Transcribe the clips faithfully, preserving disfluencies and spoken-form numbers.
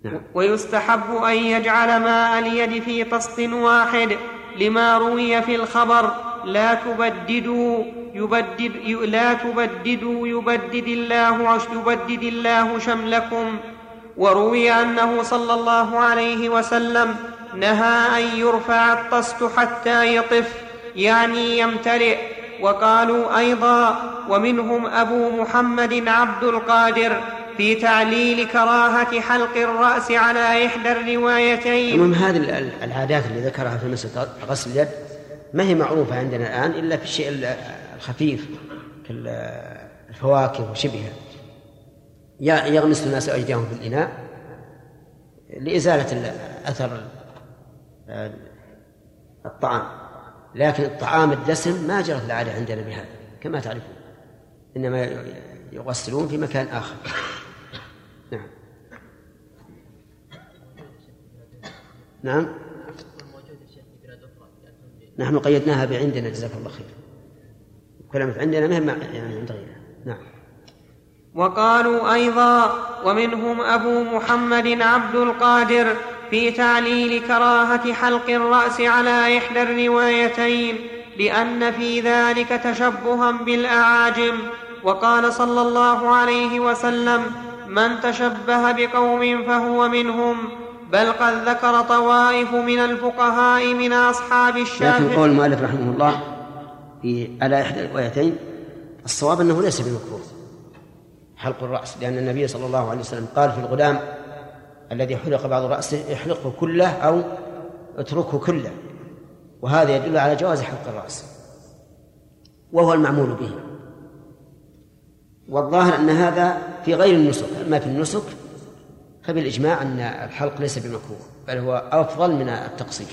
نعم. ويستحب أن يجعل ماء اليد في طست واحد لما روي في الخبر لا تبددوا يبدد لا تبددوا يبدد الله يبدد الله شملكم. وروي أنه صلى الله عليه وسلم نهى أن يرفع الطست حتى يطف يعني يمتلئ. وقالوا أيضا ومنهم أبو محمد عبد القادر في تعليل كراهة حلق الرأس على إحدى الروايتين. المهم هذه العادات اللي ذكرها في مسألة غسل اليد ما هي معروفة عندنا الآن إلا في الشيء الخفيف كالفواكه وشبهها. يغمس الناس أيديهم في الإناء لإزالة أثر الطعام، لكن الطعام الدسم ما جرت العادة عندنا بهذا كما تعرفون، إنما يغسلون في مكان آخر. نعم. نعم نحن قيدناها بعندنا جزاك الله خير، كلمة عندنا مهم يعني عند غيرنا. نعم. وقالوا أيضا ومنهم أبو محمد عبد القادر في تعليل كراهة حلق الرأس على إحدى الروايتين لأن في ذلك تشبها بالأعاجم. وقال صلى الله عليه وسلم من تشبه بقوم فهو منهم، بل قد ذكر طوائف من الفقهاء من أصحاب الشافعي. لكن قول المؤلف رحمه الله في على إحدى الروايتين الصواب أنه ليس بمكروه حلق الرأس، لأن النبي صلى الله عليه وسلم قال في الغلام الذي حلق بعض رأسه احلقه كله أو اتركه كله، وهذا يدل على جواز حلق الرأس وهو المعمول به. والظاهر أن هذا في غير النسك، أما في النسك فبالإجماع أن الحلق ليس بمكروه بل هو أفضل من التقصير.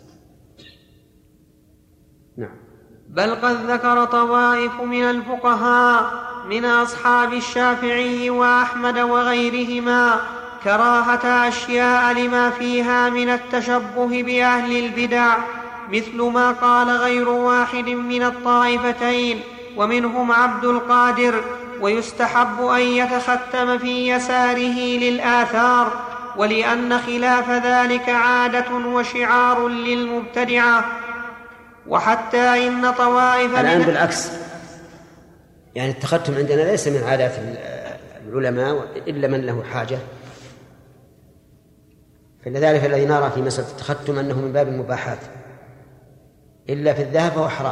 نعم. بل قد ذكر طوائف من الفقهاء من أصحاب الشافعي وأحمد وغيرهما كراهة أشياء لما فيها من التشبه بأهل البدع، مثل ما قال غير واحد من الطائفتين ومنهم عبد القادر. ويستحب أن يتختم في يساره للآثار، ولأن خلاف ذلك عادة وشعار للمبتدعة. وحتى إن طوائف الآن بالعكس، يعني التختم عندنا ليس من عادات العلماء إلا من له حاجة، فلذلك الذي نرى في مسألة التختم أنه من باب المباحات، إلا في الذهب فهو حرام.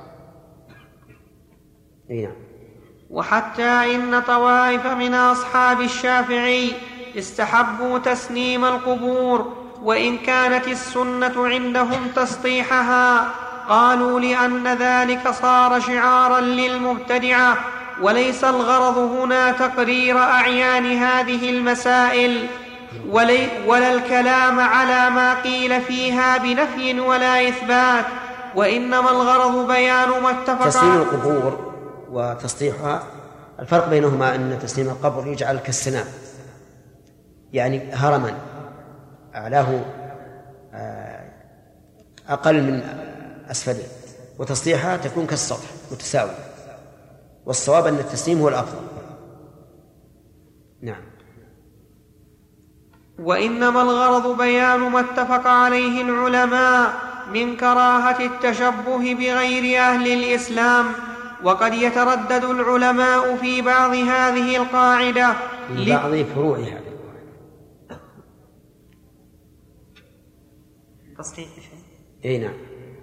نعم. وحتى إن طوائف من أصحاب الشافعي استحبوا تسنيم القبور، وإن كانت السنة عندهم تسطيحها، قالوا لأن ذلك صار شعارا للمبتدعة، وليس الغرض هنا تقرير أعيان هذه المسائل ولا الكلام على ما قيل فيها بنفي ولا إثبات، وإنما الغرض بيان ما اتفق. تسنيم القبور وتسطيحها الفرق بينهما أن تسنيم القبر يجعل كالسنام، يعني هرما أعلاه أقل من أسفله، وتسطيحها تكون كالسطح متساوي، والصواب أن التسنيم هو الأفضل. نعم. وإنما الغرض بيان ما اتفق عليه العلماء من كراهة التشبه بغير أهل الإسلام. وقد يتردد العلماء في بعض هذه القاعدة في بعض فروعها. تصحيح شيء؟ أي نعم.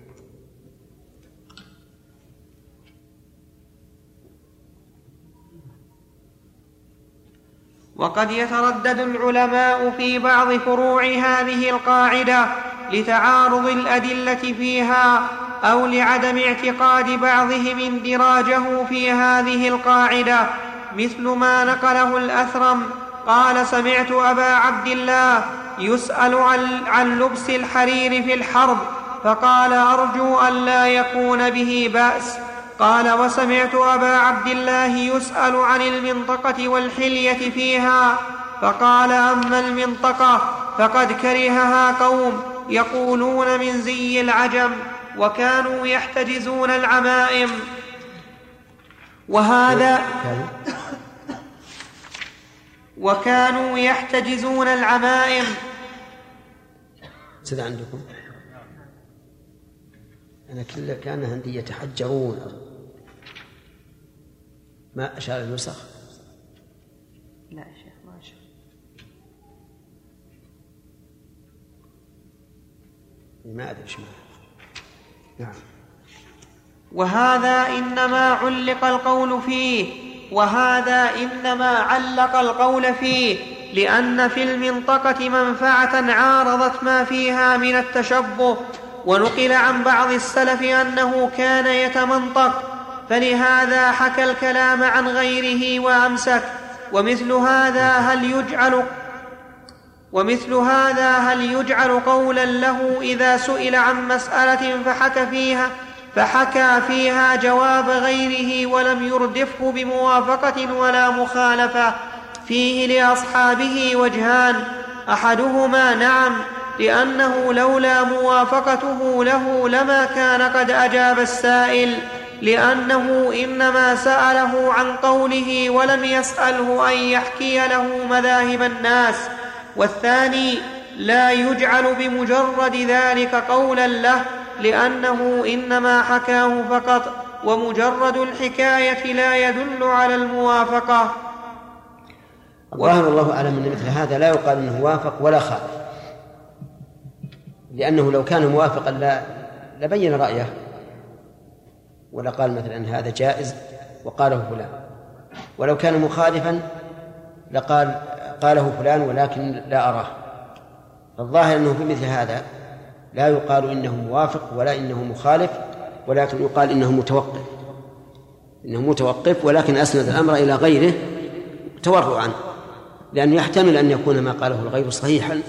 وقد يتردد العلماء في بعض فروع هذه القاعدة لتعارض الأدلة فيها أو لعدم اعتقاد بعضهم اندراجه في هذه القاعدة، مثل ما نقله الأثرم قال سمعت أبا عبد الله يسأل عن لبس الحرير في الحرب فقال أرجو أن لا يكون به بأس. قال وسمعت أبا عبد الله يسأل عن المنطقة والحلية فيها فقال أما المنطقة فقد كرهها قوم يقولون من زي العجم وكانوا يحتجزون العمائم. وكانوا يحتجزون العمائم. سيد عندكم أنا كل كان عندي يتحجرون ما أشار النسخ. لا يا شيخ ما أشار. ما أدري شو. نعم. وهذا إنما علق القول فيه وهذا إنما علق القول فيه لأن في المنطقة منفعة عارضت ما فيها من التشبه، ونقل عن بعض السلف أنه كان يتمنطق، فلهذا حكى الكلام عن غيره وأمسك. ومثل هذا هل يجعل ومثل هذا هل يجعل قولا له إذا سئل عن مسألة فحكى فيها فحكى فيها جواب غيره ولم يردفه بموافقة ولا مخالفة؟ فيه لأصحابه وجهان: أحدهما نعم، لأنه لولا موافقته له لما كان قد أجاب السائل، لأنه إنما سأله عن قوله ولم يسأله أن يحكي له مذاهب الناس. والثاني لا يجعل بمجرد ذلك قولا له، لأنه إنما حكاه فقط، ومجرد الحكاية لا يدل على الموافقة. الظاهر الله أعلم أن مثل هذا لا يقال أنه وافق ولا خالف، لأنه لو كان موافقا لا لبين رأيه ولا قال مثلا هذا جائز وقاله فلان، ولو كان مخالفا لقال قاله فلان ولكن لا أراه. فالظاهر أنه في مثل هذا لا يقال إنه موافق ولا إنه مخالف، ولكن يقال إنه متوقف إنه متوقف ولكن أسند الأمر إلى غيره تورع عنه، لأنه يحتمل أن يكون ما قاله الغير صحيحا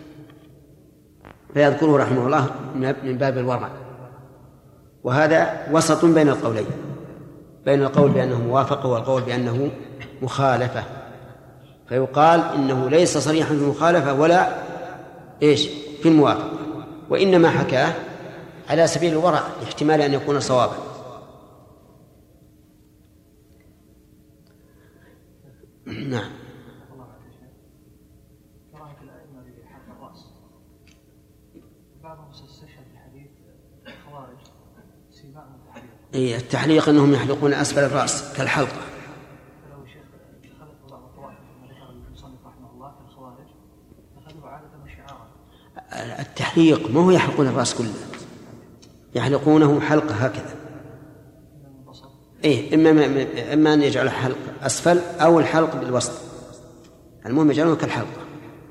فيذكره رحمه الله من باب الورع. وهذا وسط بين القولين، بين القول بأنه موافقة والقول بأنه مخالفة، فيقال إنه ليس صريحا في المخالفة ولا إيش في الموافقة، وإنما حكاه على سبيل الورع احتمال أن يكون صوابا. نعم. إيه التحليق أنهم يحلقون أسفل الرأس كالحلقة. التحليق ما هو يحلقون الرأس كله، يحلقونه حلقة هكذا. إيه إما إما أن يجعل الحلق أسفل أو الحلق بالوسط، المهم يجعلونه كالحلقة.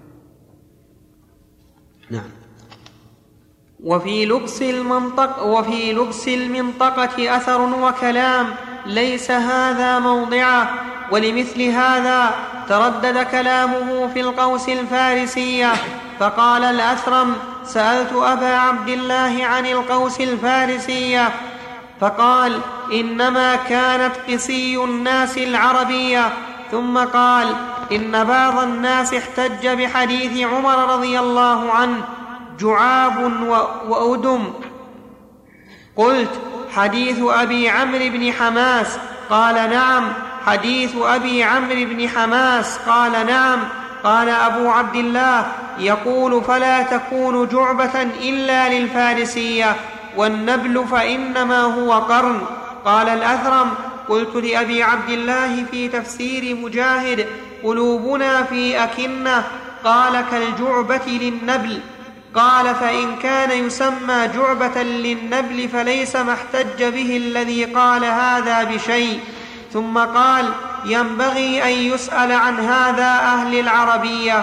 نعم. وفي لبس المنطق وفي لبس المنطقة أثر وكلام ليس هذا موضعه، ولمثل هذا تردد كلامه في القوس الفارسية. فقال الأثرم: سألت أبا عبد الله عن القوس الفارسية فقال: إنما كانت قسي الناس العربية. ثم قال: إن بعض الناس احتج بحديث عمر رضي الله عنه: جعاب وأدم. قلت: حديث أبي عمرو بن حماس؟ قال: نعم. حديث أبي عمرو بن حماس؟ قال: نعم. قال أبو عبد الله: يقول: فلا تكون جعبة إلا للفارسية، والنبل فإنما هو قرن. قال الأثرم: قلت لأبي عبد الله في تفسير مجاهد: قلوبنا في أكنة. قال: كالجعبة للنبل. قال: فإن كان يسمى جعبة للنبل فليس ما احتج به الذي قال هذا بشيء. ثم قال: ينبغي أن يسأل عن هذا أهل العربية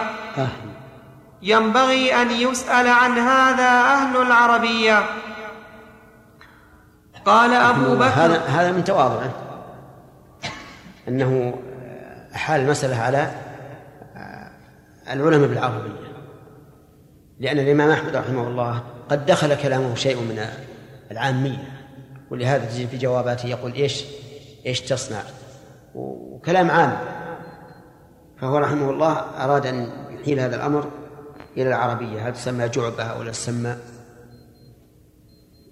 ينبغي أن يسأل عن هذا أهل العربية. قال أبو بكر: هذا هذا من تواضعه أنه حال المسألة على العلماء بالعربية، لأن الإمام أحمد رحمه الله قد دخل كلامه شيء من العامية، ولهذا تجد في جواباته يقول إيش إيش تصنع، وكلام عام. فهو رحمه الله أراد أن يحيل هذا الأمر إلى العربية، هل تسمى جعبة أو لا تسمى.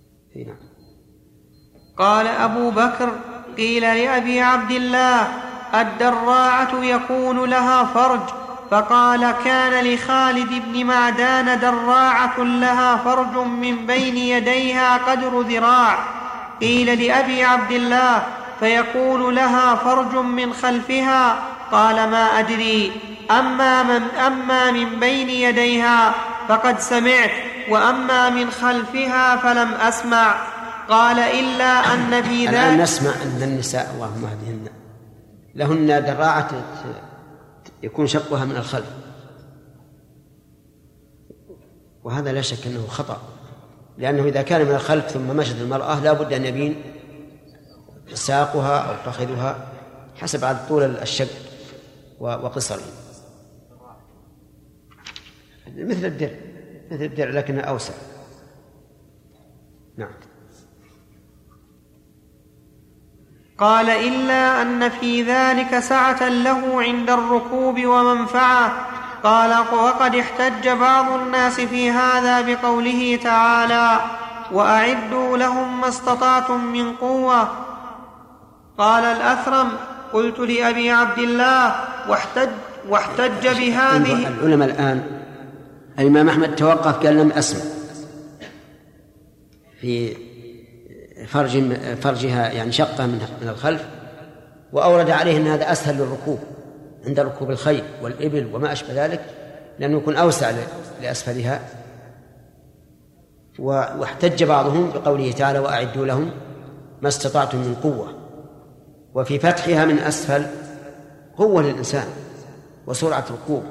قال أبو بكر: قيل لأبي عبد الله: الدراعة يكون لها فرج. فقال كان لخالد بن معدان دراعة لها فرج من بين يديها قدر ذراع. قيل لأبي عبد الله فيكون لها فرج من خلفها؟ قال ما أدري، أما من, أما من بين يديها فقد سمعت، وأما من خلفها فلم أسمع. قال إلا أن في ذلك الآن نسمع أن النساء اللهم اهدهن لهن دراعة يكون شقها من الخلف، وهذا لا شك أنه خطأ، لأنه إذا كان من الخلف ثم مشت المرأة لا بد أن يبين ساقها أو فخذها حسب عدد طول الشق وقصره، مثل الدرع مثل الدرع لكنها أوسع. نعم. قال إلا أن في ذلك سعة له عند الركوب ومنفعة. قال وقد احتج بعض الناس في هذا بقوله تعالى وأعدوا لهم ما استطعتم من قوة. قال الأثرم قلت لأبي عبد الله واحتج, واحتج بهذه. العلماء الآن الإمام أحمد توقف قال لم أسمع في فرج فرجها يعني شقة من الخلف، وأورد عليه أن هذا أسهل للركوب عند ركوب الخيل والإبل وما أشبه ذلك، لأنه يكون أوسع لأسفلها. واحتج بعضهم بقوله تعالى وأعدوا لهم ما استطعتم من قوة، وفي فتحها من أسفل قوة للإنسان وسرعة ركوب،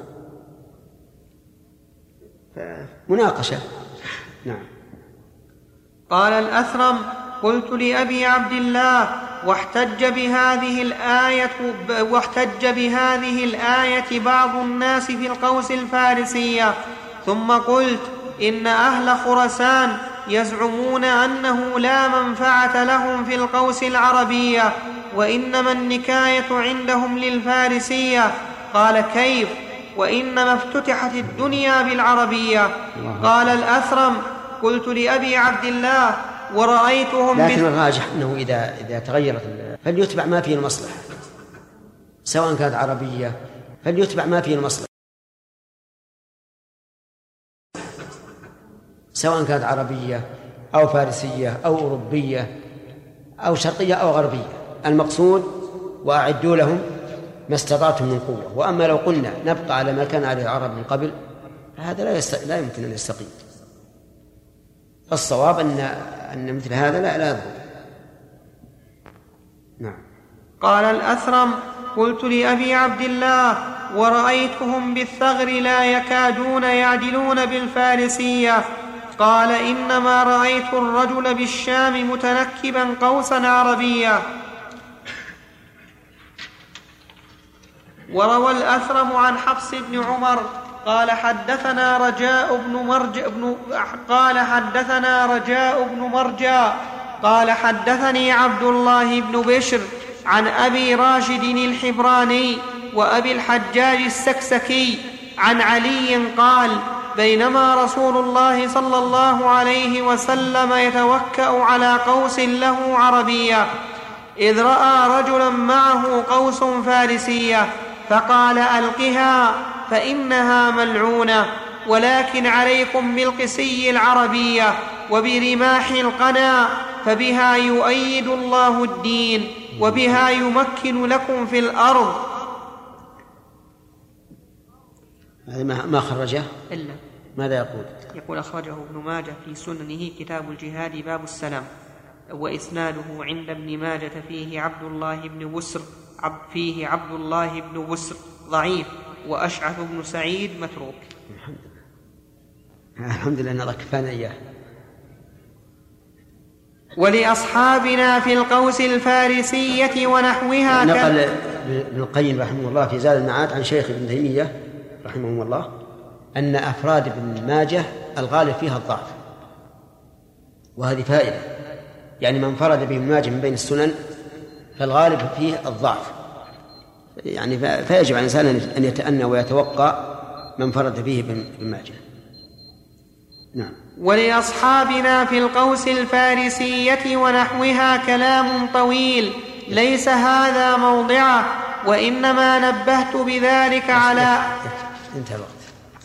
مناقشة. نعم. قال الأثرم قلت لأبي عبد الله واحتج بهذه الآية واحتج بهذه الآية بعض الناس في القوس الفارسية، ثم قلت إن أهل خراسان يزعمون أنه لا منفعة لهم في القوس العربية، وإنما النكاية عندهم للفارسية. قال كيف وإنما افتتحت الدنيا بالعربية؟ قال الأثرم قلت لأبي عبد الله ورأيتهم لكن الراجح أنه إذا, إذا تغيرت فليتبع ما فيه المصلحة، سواء كانت عربية فليتبع ما فيه المصلحة، سواء كانت عربية أو فارسية أو أوروبية أو شرقية أو غربية. المقصود وأعدوا لهم ما استطعتم من قوة. وأما لو قلنا نبقى على ما كان عليه العرب من قبل فهذا لا, يست... لا يمكن أن يستقيم. الصواب أن أن مثل هذا لا لا يضبط. نعم. قال الأثرم قلت لأبي عبد الله ورأيتهم بالثغر لا يكادون يعدلون بالفارسية. قال إنما رأيت الرجل بالشام متنكبا قوسا عربيا. وروى الأثرم عن حفص بن عمر قال حدثنا رجاء بن مرجع بن قال حدثنا رجاء بن مرجع قال حدثني عبد الله بن بشر عن أبي راشد الحبراني وأبي الحجاج السكسكي عن علي قال بينما رسول الله صلى الله عليه وسلم يتوكأ على قوس له عربية إذ رأى رجلا معه قوس فارسية فقال ألقها فإنها ملعونة، ولكن عليكم بالقسي العربية وبرماح القنا فبها يؤيد الله الدين وبها يمكن لكم في الأرض. ما خرجه إلا ماذا يقول؟ يقول أخرجه ابن ماجه في سننه كتاب الجهاد باب السلام، وإسناده عند ابن ماجة فيه عبد الله بن بسر عب فيه عبد الله بن بسر ضعيف، وأشعث بن سعيد متروك. الحمد لله أن الله كفانا إياه. ولأصحابنا في القوس الفارسية ونحوها نقل ابن القيم رحمه الله في زاد المعاد عن شيخ ابن تيمية رحمه الله أن أفراد ابن ماجه الغالب فيها الضعف، وهذه فائدة، يعني من فرد به ابن ماجه من بين السنن فالغالب فيه الضعف، يعني فيجب على الإنسان أن يتأنى ويتوقع من فرد فيه ابن ماجه. نعم. ولأصحابنا في القوس الفارسية ونحوها كلام طويل ليس هذا موضعه، وإنما نبهت بذلك على انتهى الوقت.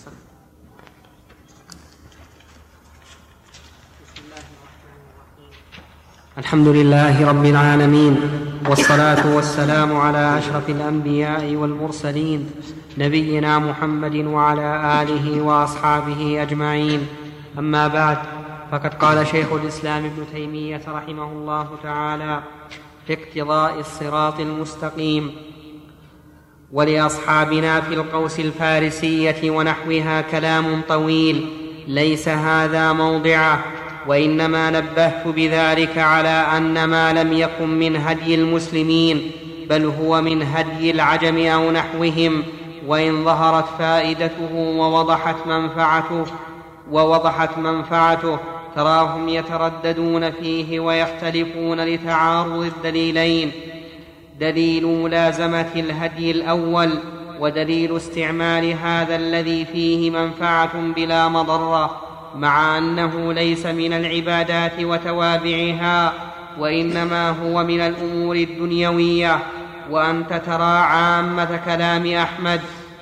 الحمد لله رب العالمين، والصلاة والسلام على أشرف الأنبياء والمرسلين نبينا محمد وعلى آله وأصحابه أجمعين. أما بعد، فقد قال شيخ الإسلام ابن تيمية رحمه الله تعالى في اقتضاء الصراط المستقيم: ولأصحابنا في القوس الفارسية ونحوها كلام طويل ليس هذا موضعه، وإنما نبهت بذلك على أن ما لم يكن من هدي المسلمين بل هو من هدي العجم أو نحوهم، وإن ظهرت فائدته ووضحت منفعته ووضحت منفعته تراهم يترددون فيه ويختلفون لتعارض الدليلين: دليل ملازمة الهدي الأول، ودليل استعمال هذا الذي فيه منفعة بلا مضرة، مع أنه ليس من العبادات وتوابعها، وإنما هو من الأمور الدنيوية. وأنت ترى عامة كلام أحمد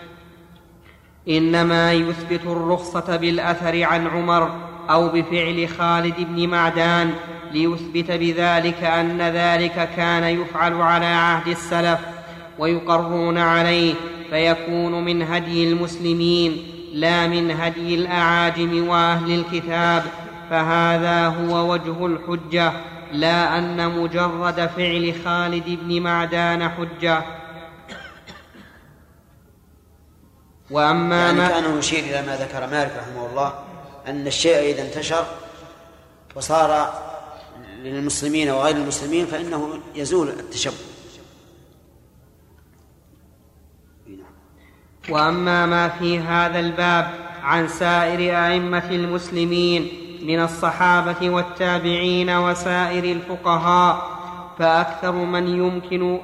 إنما يثبت الرخصة بالأثر عن عمر أو بفعل خالد بن معدان، ليثبت بذلك أن ذلك كان يفعل على عهد السلف ويقرون عليه، فيكون من هدي المسلمين لا من هدي الأعاجم وأهل الكتاب. فهذا هو وجه الحجة، لا أن مجرد فعل خالد بن معدان حجة. وأما يعني ما كان يشير إلى ما ذكر مالك رحمه الله، أن الشيء إذا انتشر وصار للمسلمين وغير المسلمين فإنه يزول التشبه. وأما ما في هذا الباب عن سائر أئمة المسلمين من الصحابة والتابعين وسائر الفقهاء فأكثر من يمكن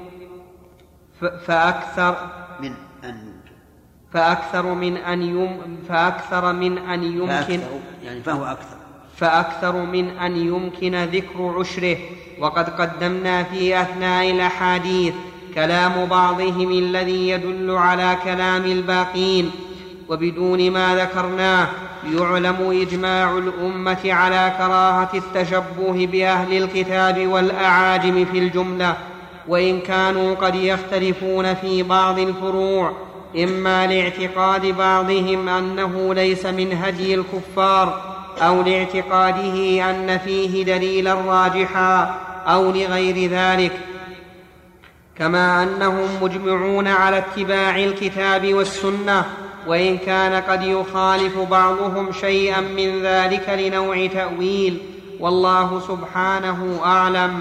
فأكثر من أن فأكثر من أن يم فأكثر من أن يمكن يعني فهو أكثر فأكثر من أن يمكن ذكر عشره. وقد قدمنا في أثناء الأحاديث كلام بعضهم الذي يدل على كلام الباقين، وبدون ما ذكرناه يعلم إجماع الأمة على كراهة التشبه بأهل الكتاب والأعاجم في الجملة، وإن كانوا قد يختلفون في بعض الفروع، إما لاعتقاد بعضهم أنه ليس من هدي الكفار، أو لاعتقاده أن فيه دليلا راجحا، أو لغير ذلك، كما أنهم مجمعون على اتباع الكتاب والسنة، وإن كان قد يخالف بعضهم شيئا من ذلك لنوع تأويل، والله سبحانه أعلم.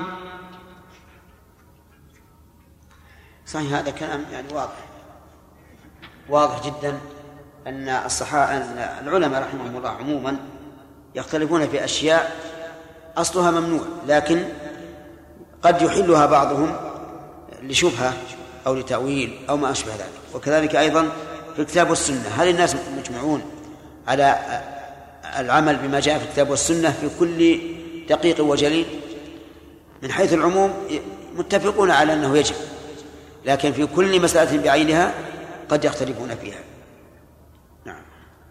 صحيح، هذا كلام يعني واضح واضح جدا أن الصحابة العلماء رحمهم الله عموما يختلفون في أشياء أصلها ممنوع، لكن قد يحلها بعضهم لشبهة أو لتأويل أو ما أشبه ذلك. وكذلك أيضا في الكتاب والسنة، هل الناس مجمعون على العمل بما جاء في الكتاب والسنة في كل دقيق وجليل؟ من حيث العموم متفقون على أنه يجب، لكن في كل مسألة بعينها قد يختلفون فيها. نعم.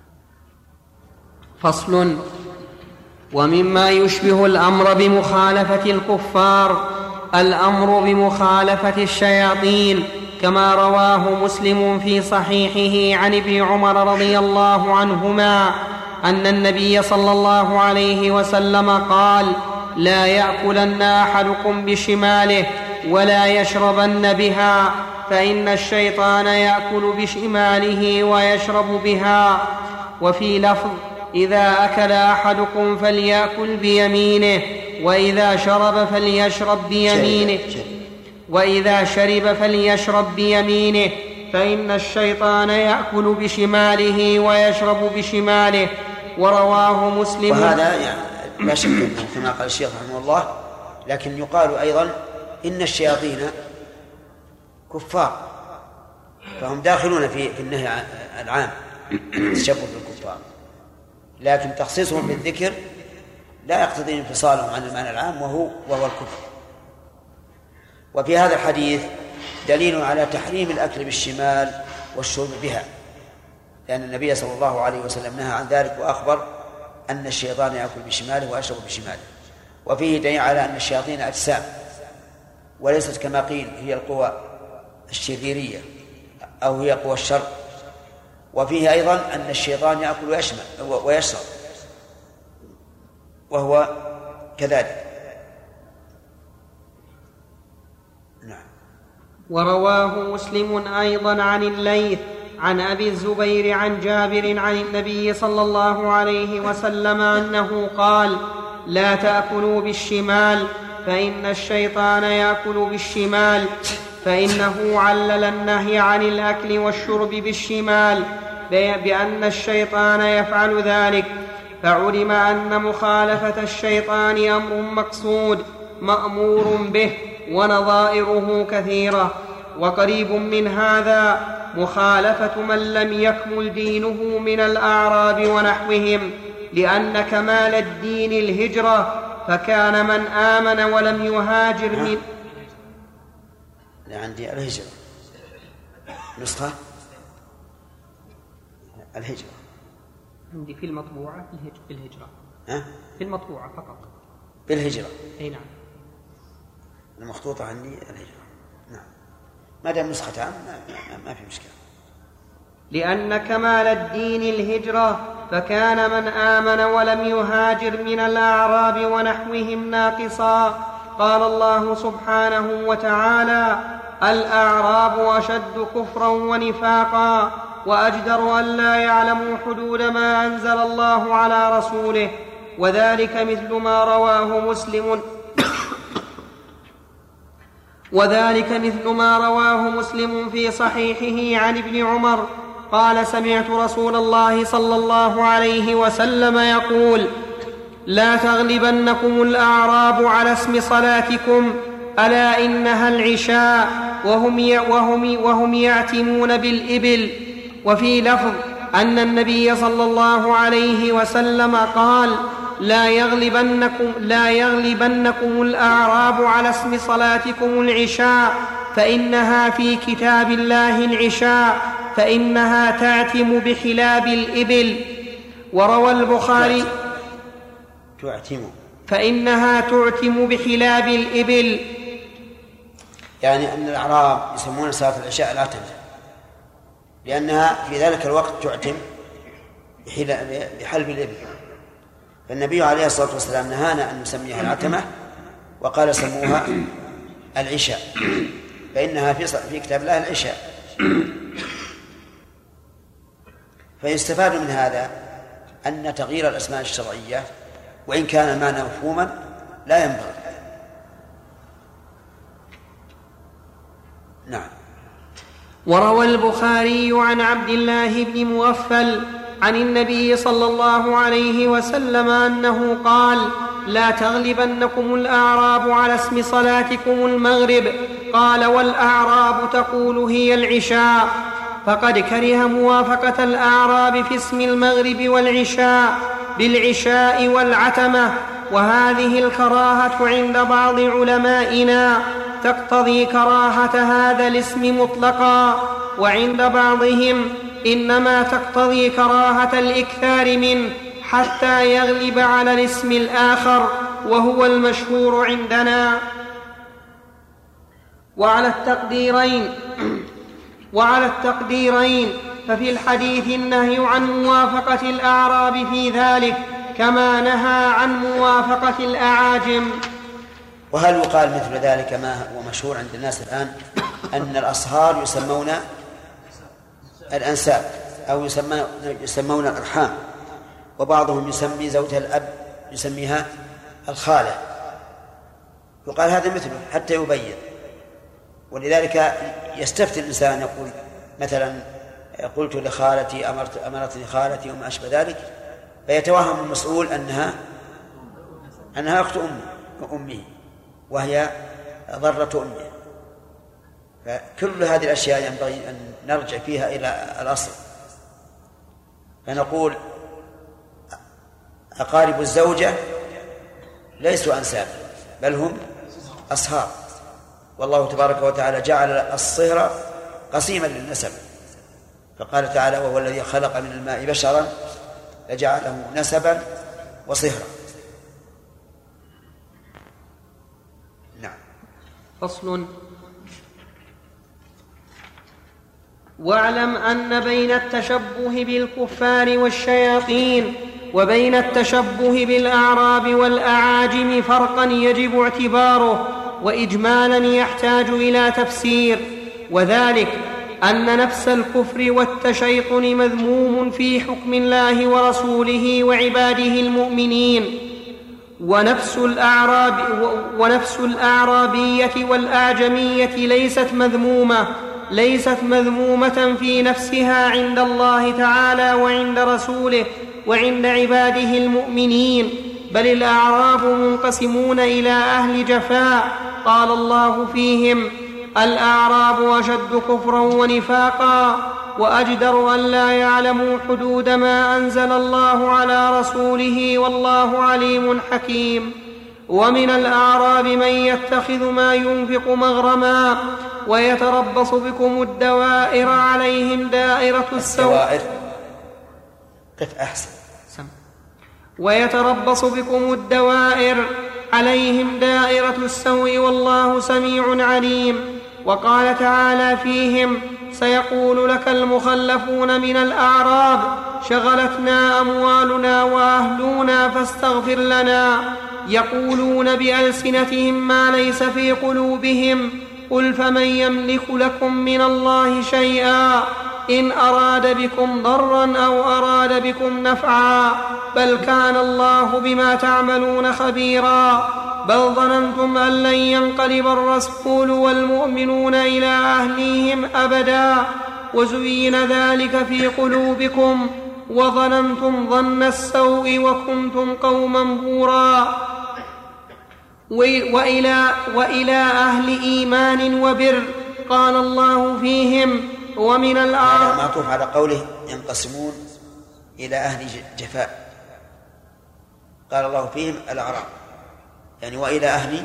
فصل. ومما يشبه الأمر بمخالفة الكفار الأمر بمخالفة الشياطين، كما رواه مسلم في صحيحه عن ابن عمر رضي الله عنهما أن النبي صلى الله عليه وسلم قال: لا يأكلن أحدكم بشماله ولا يشربن بها، فإن الشيطان يأكل بشماله ويشرب بها. وفي لفظ: إذا أكل أحدكم فليأكل بيمينه، وإذا شرب فليشرب بيمينه وإذا شرب فليشرب بيمينه، فإن الشيطان يأكل بشماله ويشرب بشماله. ورواه مسلم. وهذا يعني لا شك أنه كما قال الشيخ رحمه الله، لكن يقال أيضا إن الشياطين كفار، فهم داخلون في في النهي العام التشبه بالكفار، لكن تخصيصهم بالذكر لا يقتضي انفصالهم عن المعنى العام وهو وهو الكفر. وفي هذا الحديث دليل على تحريم الأكل بالشمال والشرب بها، لأن النبي صلى الله عليه وسلم نهى عن ذلك وأخبر أن الشيطان يأكل بشماله ويشرب بشماله. وفيه دليل على أن الشياطين أجسام وليست كما قيل هي القوى الشريرية أو هي قوى الشر. وفيه أيضا أن الشيطان يأكل ويشرب وهو كذلك. نعم. ورواه مسلم أيضا عن الليث عن أبي الزبير عن جابر عن النبي صلى الله عليه وسلم أنه قال: لا تأكلوا بالشمال فإن الشيطان يأكل بالشمال، فإنه علل النهي عن الأكل والشرب بالشمال بأن الشيطان يفعل ذلك، فعلم أن مخالفة الشيطان أمر مقصود مأمور به، ونظائره كثيرة. وقريب من هذا مخالفة من لم يكمل دينه من الأعراب ونحوهم، لأن كمال الدين الهجرة، فكان من آمن ولم يهاجر من عندي الهجرة نسخة الهجرة عندي في المطبوعة بالهجرة ها؟ في المطبوعة فقط بالهجرة. أي نعم. المخطوطة عندي الهجرة. نعم. ما دام نسختان ما, ما في مشكلة. لأن كمال الدين الهجرة، فكان من آمن ولم يهاجر من الأعراب ونحوهم ناقصا. قال الله سبحانه وتعالى: الأعراب أشد كفرا ونفاقا وأجدر أن لا يعلموا حدود ما أنزل الله على رسوله. وذلك مثل ما رواه مسلم وذلك مثل ما رواه مسلم في صحيحه عن ابن عمر قال: سمعت رسول الله صلى الله عليه وسلم يقول: لا تغلبنكم الأعراب على اسم صلاتكم، ألا إنها العشاء، وهم, وهم, وهم يعتمون بالإبل. وفي لفظ أن النبي صلى الله عليه وسلم قال: لا يغلبنكم, لا يغلبنكم الأعراب على اسم صلاتكم العشاء، فإنها في كتاب الله العشاء، فإنها تعتم بحلاب الإبل. وروى البخاري تعتم فإنها تعتم بحلاب الإبل، يعني أن الأعراب يسمون صلاة العشاء العتمة، لأنها في ذلك الوقت تعتم بحلب الإبل. فالنبي عليه الصلاة والسلام نهانا أن نسميها العتمة، وقال سموها العشاء، فإنها في في كتاب الله العشاء. فيستفاد من هذا أن تغيير الأسماء الشرعية وإن كان المعنى مفهوما لا ينبغي. نعم. وروى البخاري عن عبد الله بن مغفل عن النبي صلى الله عليه وسلم أنه قال: لا تغلبنكم الأعراب على اسم صلاتكم المغرب. قال: والأعراب تقول هي العشاء. فقد كره موافقة الأعراب في اسم المغرب والعشاء بالعشاء والعتمة، وهذه الكراهة عند بعض علمائنا تقتضي كراهة هذا الاسم مطلقا، وعند بعضهم إنما تقتضي كراهة الإكثار منه حتى يغلب على الاسم الآخر، وهو المشهور عندنا. وعلى التقديرين وعلى التقديرين ففي الحديث النهي عن موافقة الأعراب في ذلك، كما نهى عن موافقة الأعاجم. وهل يقال مثل ذلك ما هو مشهور عند الناس الآن، أن الأصهار يسمون الأنساب أو يسمون الأرحام، وبعضهم يسمي زوجها الأب يسميها الخالة، يقال هذا مثله حتى يبين. ولذلك يستفتي الإنسان يقول مثلا: قلت لخالتي أمرت أمرتني خالتي وما أشبه ذلك، فيتوهم المسؤول أنها أنها أخت أمه أمه وهي ضرة أمه. فكل هذه الأشياء ينبغي أن نرجع فيها إلى الأصل، فنقول أقارب الزوجة ليسوا أنساب بل هم أصهار، والله تبارك وتعالى جعل الصهر قسيما للنسب، فقال تعالى: وهو الذي خلق من الماء بشرا فجعله نسبا وصهرا. نعم. فصل. واعلم أن بين التشبه بالكفار والشياطين وبين التشبه بالأعراب والأعاجم فرقا يجب اعتباره وإجمالا يحتاج إلى تفسير، وذلك أن نفس الكفر والتشيطن مذموم في حكم الله ورسوله وعباده المؤمنين، ونفس الأعراب ونفس الأعرابية والأعجمية ليست مذمومة ليست مذمومة في نفسها عند الله تعالى وعند رسوله وعند عباده المؤمنين، بل الأعراب منقسمون إلى أهل جفاء، قال الله فيهم: الأعراب أشد كفرا ونفاقا وأجدر أن لا يعلموا حدود ما أنزل الله على رسوله والله عليم حكيم. ومن الأعراب من يتخذ ما ينفق مغرما ويتربص بكم الدوائر عليهم دائرة السوء قف أحسن ويتربص بكم الدوائر عليهم دائرة السوء والله سميع عليم. وقال تعالى فيهم: سيقول لك المخلفون من الأعراب شغلتنا أموالنا وأهلنا فاستغفر لنا، يقولون بألسنتهم ما ليس في قلوبهم، قل فمن يملك لكم من الله شيئا إن أراد بكم ضرا أو أراد بكم نفعا، بل كان الله بما تعملون خبيرا، بل ظننتم أن لن ينقلب الرسول والمؤمنون إلى أهليهم أبدا وزين ذلك في قلوبكم وظننتم ظن السوء وكنتم قوما بورا. وإلى, وإلى أهل إيمان وبر قال الله فيهم: ومن الأعراب. معطوف على قوله ينقسمون إلى أهل جفاء، قال الله فيهم الأعراب، يعني وإلى أهل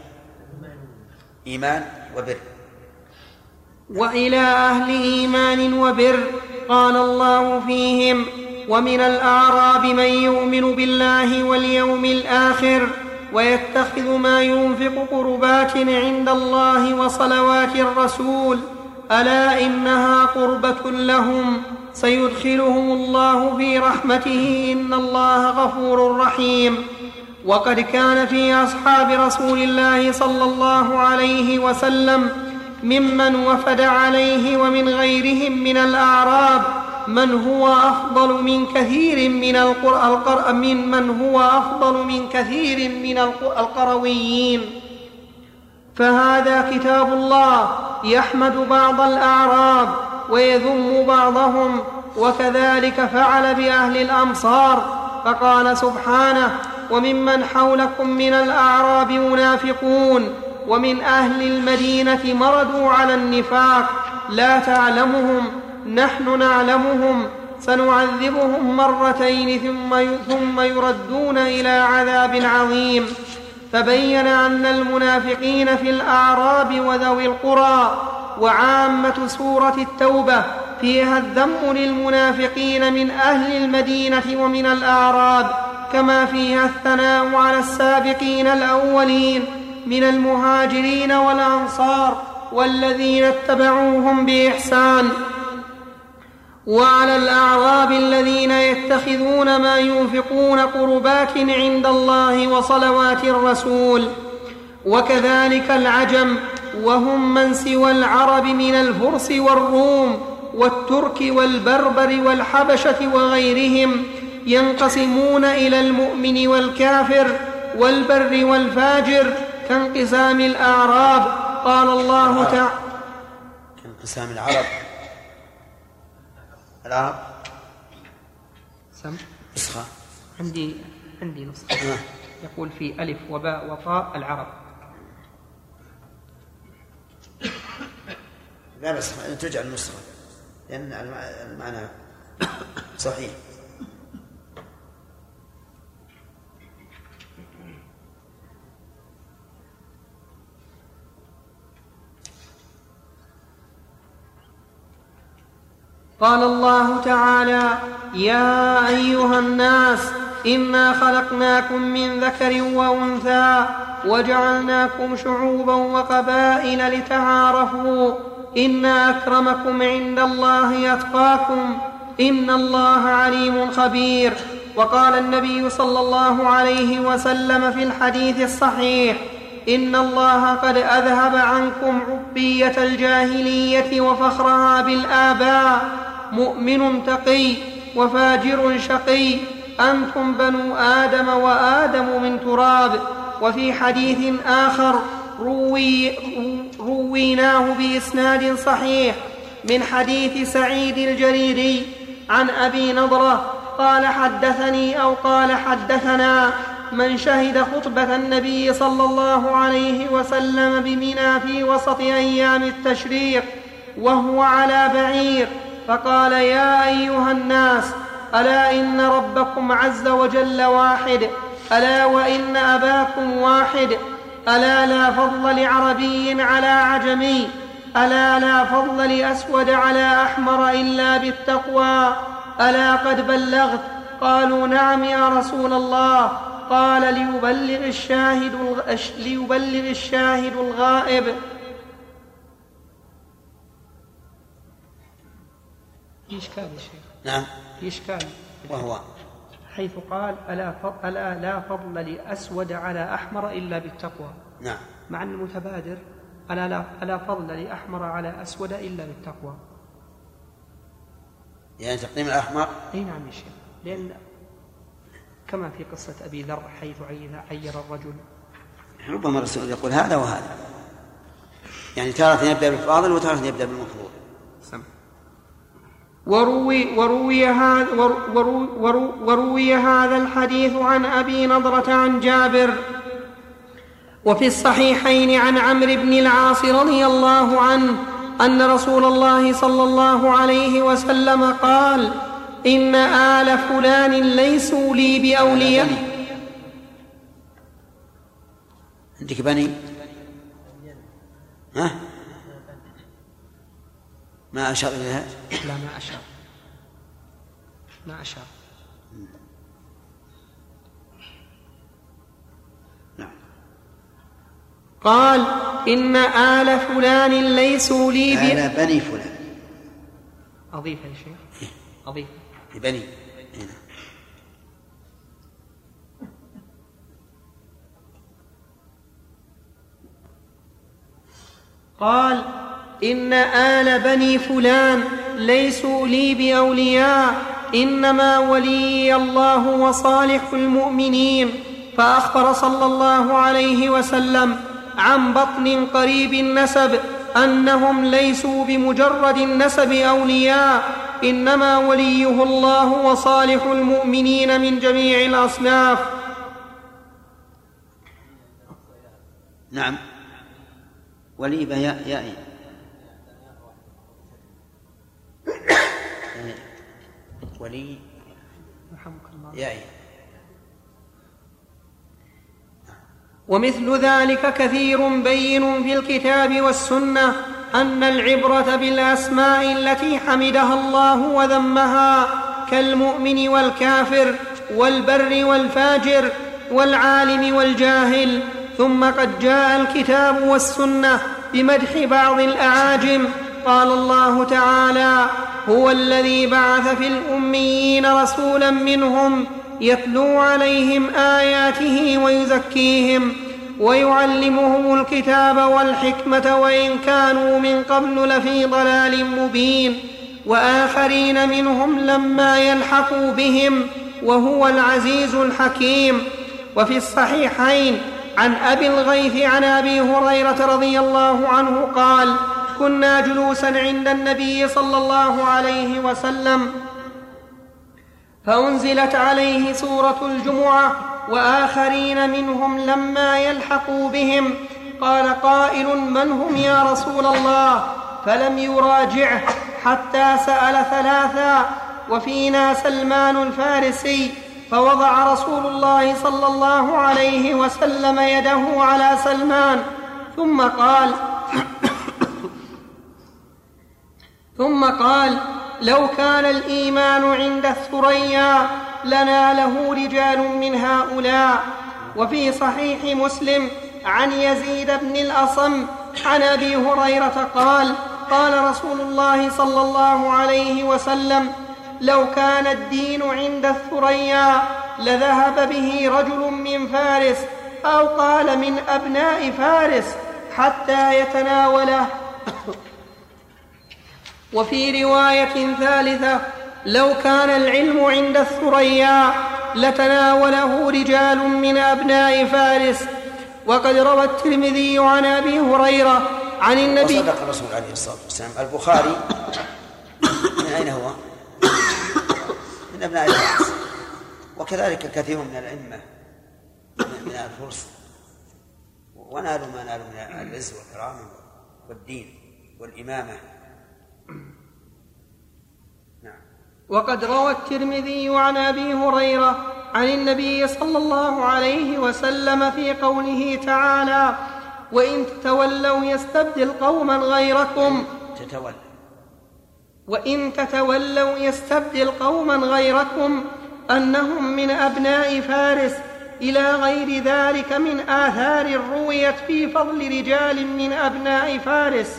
إيمان وبر. وإلى أهل إيمان وبر قال الله فيهم: ومن الأعراب من يؤمن بالله واليوم الآخر ويتخذ ما ينفق قربات عند الله وصلوات الرسول، ألا إنها قربة لهم سيدخلهم الله في رحمته إن الله غفور رحيم. وقد كان في أصحاب رسول الله صلى الله عليه وسلم ممن وفد عليه ومن غيرهم من الأعراب من هو أفضل من كثير من القر... من من هو أفضل من كثير من القرويين، فهذا كتاب الله يحمد بعض الأعراب ويذم بعضهم، وكذلك فعل بأهل الأمصار، فقال سبحانه: وممن حولكم من الأعراب منافقون ومن أهل المدينة مردوا على النفاق لا تعلمهم نحن نعلمهم سنعذبهم مرتين ثم يردون إلى عذاب عظيم. فبين أن المنافقين في الأعراب وذوي القرى. وعامة سورة التوبة فيها الذم للمنافقين من أهل المدينة ومن الأعراب، كما فيها الثناء على السابقين الأولين من المهاجرين والأنصار والذين اتبعوهم بإحسان، وعلى الأعراب الذين يتخذون ما ينفقون قربات عند الله وصلوات الرسول. وكذلك العجم، وهم من سوى العرب من الفرس والروم والترك والبربر والحبشة وغيرهم، ينقسمون إلى المؤمن والكافر والبر والفاجر كانقسام الأعراب. قال الله تعالى: كانقسام العرب العرب سم نسخة عندي عندي نسخة يقول في ألف وباء وطاء العرب. لا بس تجعل النسخة لأن المعنى صحيح. قال الله تعالى: يا أيها الناس إنا خلقناكم من ذكر وأنثى وجعلناكم شعوبا وقبائل لتعارفوا إن أكرمكم عند الله أتقاكم إن الله عليم خبير. وقال النبي صلى الله عليه وسلم في الحديث الصحيح: إن الله قد أذهب عنكم عبية الجاهلية وفخرها بالآباء، مؤمن تقي وفاجر شقي، أنتم بنو آدم وآدم من تراب. وفي حديث آخر روي رويناه بإسناد صحيح من حديث سعيد الجريري عن أبي نضرة قال: حدثني أو قال حدثنا من شهد خطبة النبي صلى الله عليه وسلم بمنى في وسط أيام التشريق وهو على بعير، فقال: يا أيها الناس، ألا إن ربكم عز وجل واحد، ألا وإن أباكم واحد، ألا لا فضل لعربي على عجمي، ألا لا فضل لأسود على أحمر إلا بالتقوى، ألا قد بلغت؟ قالوا: نعم يا رسول الله. قال: ليبلغ الشاهد, ليبلغ الشاهد الغائب. في إشكال يا شيخ. نعم في إشكال، وهو حيث قال: ألا, ألا لا فضل لأسود على أحمر إلا بالتقوى. نعم. مع أن المتبادر: ألا, لا ألا فضل لأحمر على أسود إلا بالتقوى. يعني تقديم الأحمر. أي نعم يا شيخ، لأن كما في قصة أبي ذر حيث عير الرجل. ربما الرسول يقول هذا وهذا، يعني تارة يبدأ بالفاضل وتارة يبدأ بالمفضول. سمع. وروي, وروي, هذا وروي, وروي, وروي هذا الحديث عن أبي نضرة عن جابر. وفي الصحيحين عن عمرو بن العاص رضي الله عنه أن رسول الله صلى الله عليه وسلم قال: إن آل فلان ليسوا لي بأولياء. عندك بني؟ ها؟ ما أشار إليها؟ لا ما أشار، ما أشار. نعم. قال: إن آل فلان ليسوا لي آل بني فلان. أضيف يا شيخ، أضيف بني. هنا. قال: إن آل بني فلان ليسوا لي بأولياء، إنما ولي الله وصالح المؤمنين. فأخبر صلى الله عليه وسلم عن بطن قريب النسب أنهم ليسوا بمجرد النسب أولياء، إنما وليه الله وصالح المؤمنين من جميع الأصناف. نعم. ولي بياء يائي. ولي يائي. ومثل ذلك كثير بين في الكتاب والسنة، أن العبرة بالأسماء التي حمدها الله وذمها، كالمؤمن والكافر والبر والفاجر والعالم والجاهل. ثم قد جاء الكتاب والسنة بمدح بعض الأعاجم. قال الله تعالى: هو الذي بعث في الأميين رسولا منهم يتلو عليهم آياته ويزكيهم ويعلمهم الكتاب والحكمة وإن كانوا من قبل لفي ضلال مبين، وآخرين منهم لما يلحقوا بهم وهو العزيز الحكيم. وفي الصحيحين عن أبي الغيث عن أبي هريرة رضي الله عنه قال: كنا جلوسا عند النبي صلى الله عليه وسلم فأنزلت عليه سورة الجمعة وآخرين منهم لما يلحقوا بهم. قال قائل: من هم يا رسول الله؟ فلم يراجعه حتى سأل ثلاثا، وفينا سلمان الفارسي، فوضع رسول الله صلى الله عليه وسلم يده على سلمان ثم قال ثم قال: لو كان الإيمان عند الثريا لناله رجال من هؤلاء. وفي صحيح مسلم عن يزيد بن الأصم عن أبي هريرة قال قال رسول الله صلى الله عليه وسلم لو كان الدين عند الثريا لذهب به رجل من فارس أو قال من أبناء فارس حتى يتناوله. وفي رواية ثالثة لو كان العلم عند الثريا لتناوله رجال من أبناء فارس. وقد روى الترمذي عن أبي هريرة عن النبي وصدق الرسول عليه الصلاة والسلام. البخاري من أين هو؟ من أبناء فارس، وكذلك كثير من الأئمة من الفرس، ونالوا ما نالوا من العز والكرامة والدين والإمامة. نعم. وقد روى الترمذي عن أبي هريرة عن النبي صلى الله عليه وسلم في قوله تعالى وإن تتولوا يستبدل قوما غيركم تتولى وإن تتولوا يستبدل قوما غيركم أنهم من أبناء فارس إلى غير ذلك من آثار رويت في فضل رجال من أبناء فارس.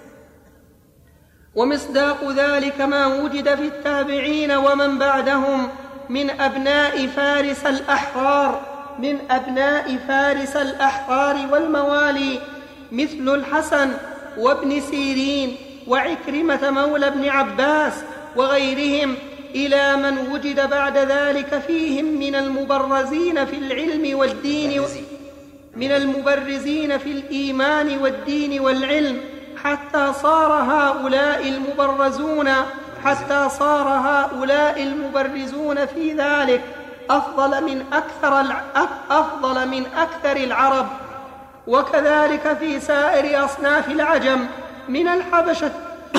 ومصداق ذلك ما وجد في التابعين ومن بعدهم من أبناء فارس الأحرار من أبناء فارس الأحرار والموالي مثل الحسن وابن سيرين وعكرمة مولى ابن عباس وغيرهم، إلى من وجد بعد ذلك فيهم من المبرزين في العلم والدين من المبرزين في الإيمان والدين والعلم حتى صار هؤلاء المبرزون حتى صار هؤلاء المبرزون في ذلك أفضل من أكثر أفضل من أكثر العرب. وكذلك في سائر أصناف العجم من الحبشة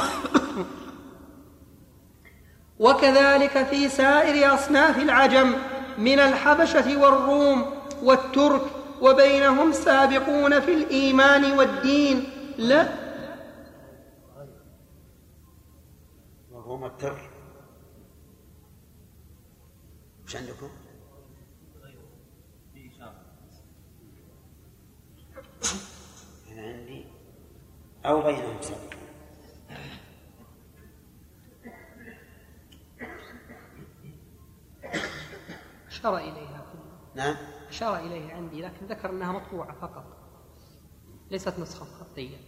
وكذلك في سائر أصناف العجم من الحبشة والروم والترك، وبينهم سابقون في الإيمان والدين. لا والروم والترك مش عندكم؟ أنا عندي أو بينهم سابقون. أشار إليها. نعم أشار إليها عندي، لكن ذكر أنها مطبوعة فقط ليست نسخة خطية.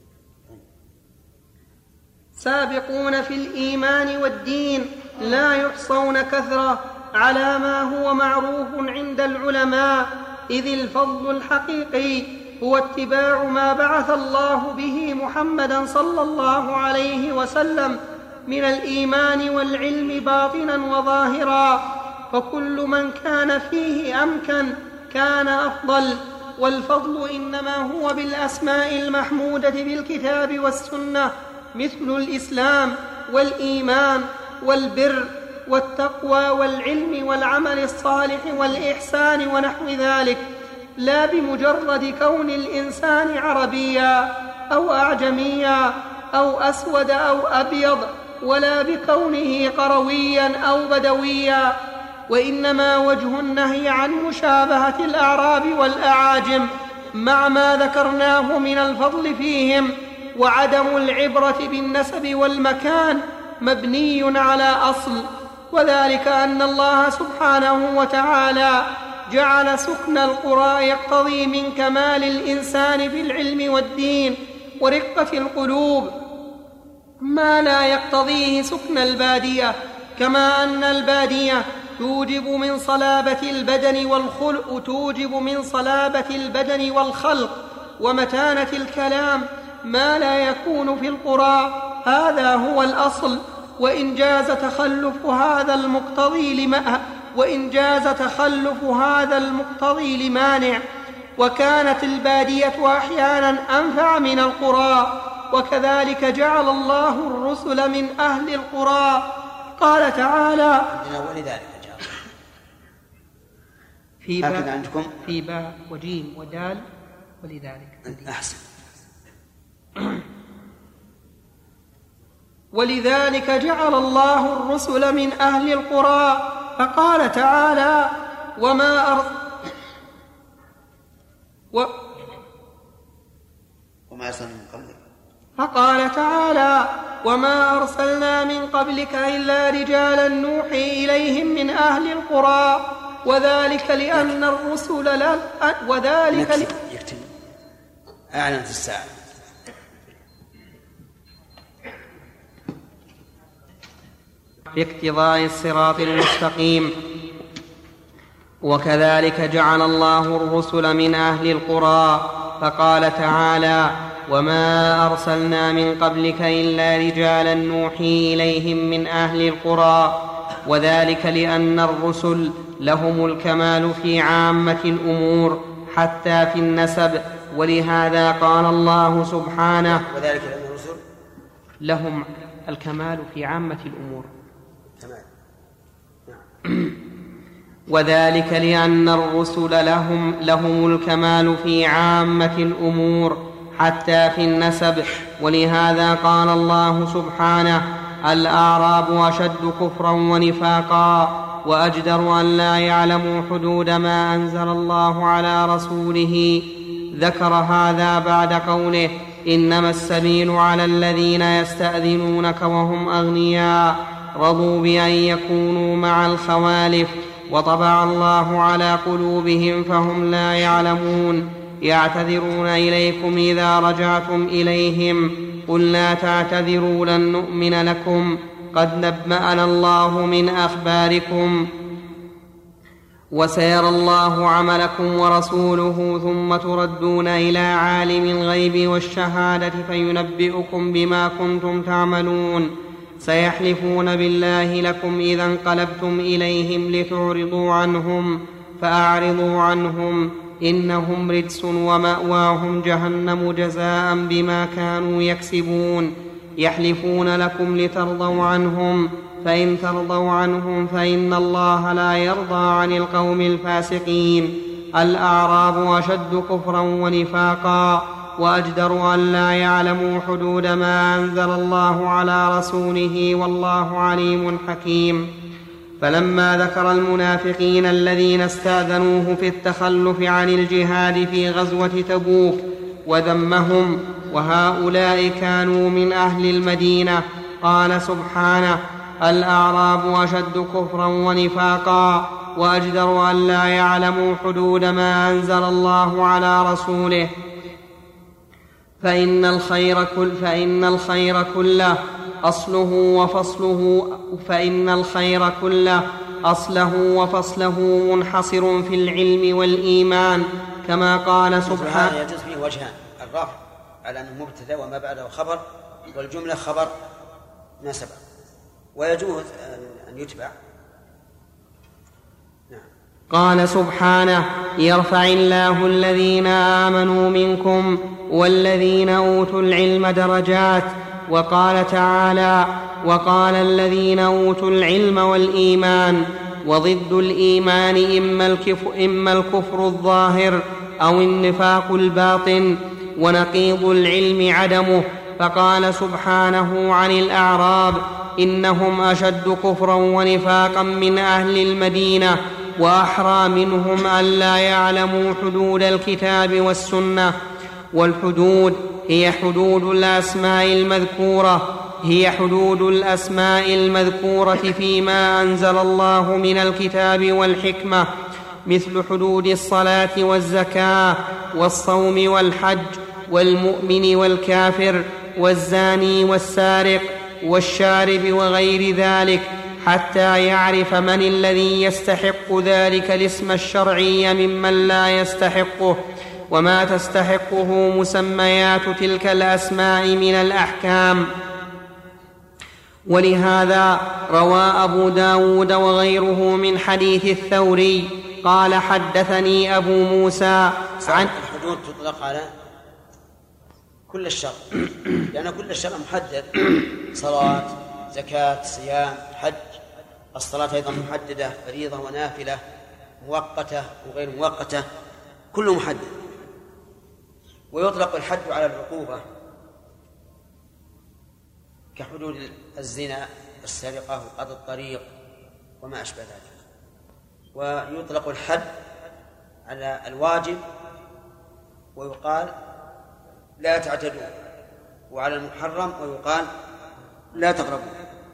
سابقون في الإيمان والدين لا يحصون كثرة على ما هو معروف عند العلماء، إذ الفضل الحقيقي هو اتباع ما بعث الله به محمدا صلى الله عليه وسلم من الإيمان والعلم باطنا وظاهرا، فكل من كان فيه أمكن كان أفضل. والفضل إنما هو بالأسماء المحمودة بالكتاب والسنة مثل الإسلام والإيمان والبر والتقوى والعلم والعمل الصالح والإحسان ونحو ذلك، لا بمجرد كون الإنسان عربيا أو أعجميا أو أسود أو أبيض، ولا بكونه قرويا أو بدويا، وإنما وجه النهي عن مشابهة الأعراب والأعاجم مع ما ذكرناه من الفضل فيهم، وعدم العبرة بالنسب والمكان مبني على أصل، وذلك أن الله سبحانه وتعالى جعل سكن القرى يقتضي من كمال الإنسان في العلم والدين ورقة القلوب ما لا يقتضيه سكن البادية، كما أن البادية توجب من صلابة البدن والخلق توجب من صلابة البدن والخلق ومتانة الكلام ما لا يكون في القرى. هذا هو الأصل، وإن جاز تخلف هذا المقتضي لما وإن جاز تخلف هذا المقتضي لمانع، وكانت البادية أحيانا أنفع من القرى، وكذلك جعل الله الرسل من أهل القرى. قال تعالى ولذلك جاء في باء عندكم في باء وجيم ودال ولذلك أحسن. ولذلك جعل الله الرسل من أهل القرى، فقال تعالى: وما أرض و... وما أرسلنا من قبلك فقال تعالى: وما أرسلنا من قبلك إلا رجالا نوحي إليهم من أهل القرى، وذلك لأن الرسل لا وذلك ل... يكتب أعلنت الساعة. باقتضاء الصراط المستقيم. وكذلك جعل الله الرسل من أهل القرى، فقال تعالى: وما أرسلنا من قبلك إلا رجالا نوحي إليهم من أهل القرى، وذلك لأن الرسل لهم الكمال في عامة الأمور حتى في النسب، ولهذا قال الله سبحانه: وذلك لأن الرسل لهم الكمال في عامة الأمور. وذلك لأن الرسل لهم, لهم الكمال في عامة الأمور حتى في النسب، ولهذا قال الله سبحانه: الأعراب أشد كفرا ونفاقا وأجدر أن لا يعلموا حدود ما أنزل الله على رسوله. ذكر هذا بعد قوله: إنما السبيل على الذين يستأذنونك وهم أغنياء رضوا بأن يكونوا مع الخوالف وطبع الله على قلوبهم فهم لا يعلمون. يعتذرون إليكم إذا رجعتم إليهم، قل لا تعتذروا لن نؤمن لكم قد نبأنا الله من أخباركم وسيرى الله عملكم ورسوله ثم تردون إلى عالم الغيب والشهادة فينبئكم بما كنتم تعملون. سيحلفون بالله لكم إذا انقلبتم إليهم لتعرضوا عنهم فأعرضوا عنهم إنهم رجس ومأواهم جهنم جزاء بما كانوا يكسبون. يحلفون لكم لترضوا عنهم، فإن ترضوا عنهم فإن الله لا يرضى عن القوم الفاسقين. الأعراب أشد كفرا ونفاقا وأجدر أن لا يعلموا حدود ما أنزل الله على رسوله والله عليم حكيم. فلما ذكر المنافقين الذين استأذنوه في التخلف عن الجهاد في غزوة تبوك وذمهم وهؤلاء كانوا من أهل المدينة، قال سبحانه: الأعراب أشد كفرا ونفاقا وأجدر أن لا يعلموا حدود ما أنزل الله على رسوله. فإن الخير كل فإن الخير كله أصله وفصله فإن الخير كله أصله وفصله منحصر في العلم والإيمان، كما قال سبحانه. يجوز فيه وجهان: الرفع على أنه مبتدأ وما بعده خبر، والجملة خبر ما سبق، ويجوز أن يتبع. قال سبحانه: يرفع الله الذين آمنوا منكم والذين أوتوا العلم درجات. وقال تعالى: وقال الذين أوتوا العلم والإيمان. وضد الإيمان إما الكفر, إما الكفر الظاهر أو النفاق الباطن، ونقيض العلم عدمه. فقال سبحانه عن الأعراب: إنهم أشد كفرا ونفاقا من أهل المدينة وأحرى منهم أن لا يعلموا حدود الكتاب والسنة. والحدود هي حدود الأسماء المذكورة هي حدود الأسماء المذكورة فيما أنزل الله من الكتاب والحكمة، مثل حدود الصلاة والزكاة والصوم والحج والمؤمن والكافر والزاني والسارق والشارب وغير ذلك، حتى يعرف من الذي يستحق ذلك الاسم الشرعي ممن لا يستحقه، وما تستحقه مسميات تلك الأسماء من الأحكام. ولهذا روى أبو داود وغيره من حديث الثوري قال: حدثني أبو موسى عن الحدود تطلق على كل الشرع، لأن كل الشرع محدد: صلاة، زكاة، صيام، حج. الصلاة أيضا محددة: فريضة ونافلة، مؤقتة وغير مؤقتة، كله محدد. ويطلق الحد على العقوبة كحدود الزنا، السرقة، وقطع الطريق وما أشبه ذلك. ويطلق الحد على الواجب ويقال لا تعتدوا، وعلى المحرم ويقال لا تقربوا.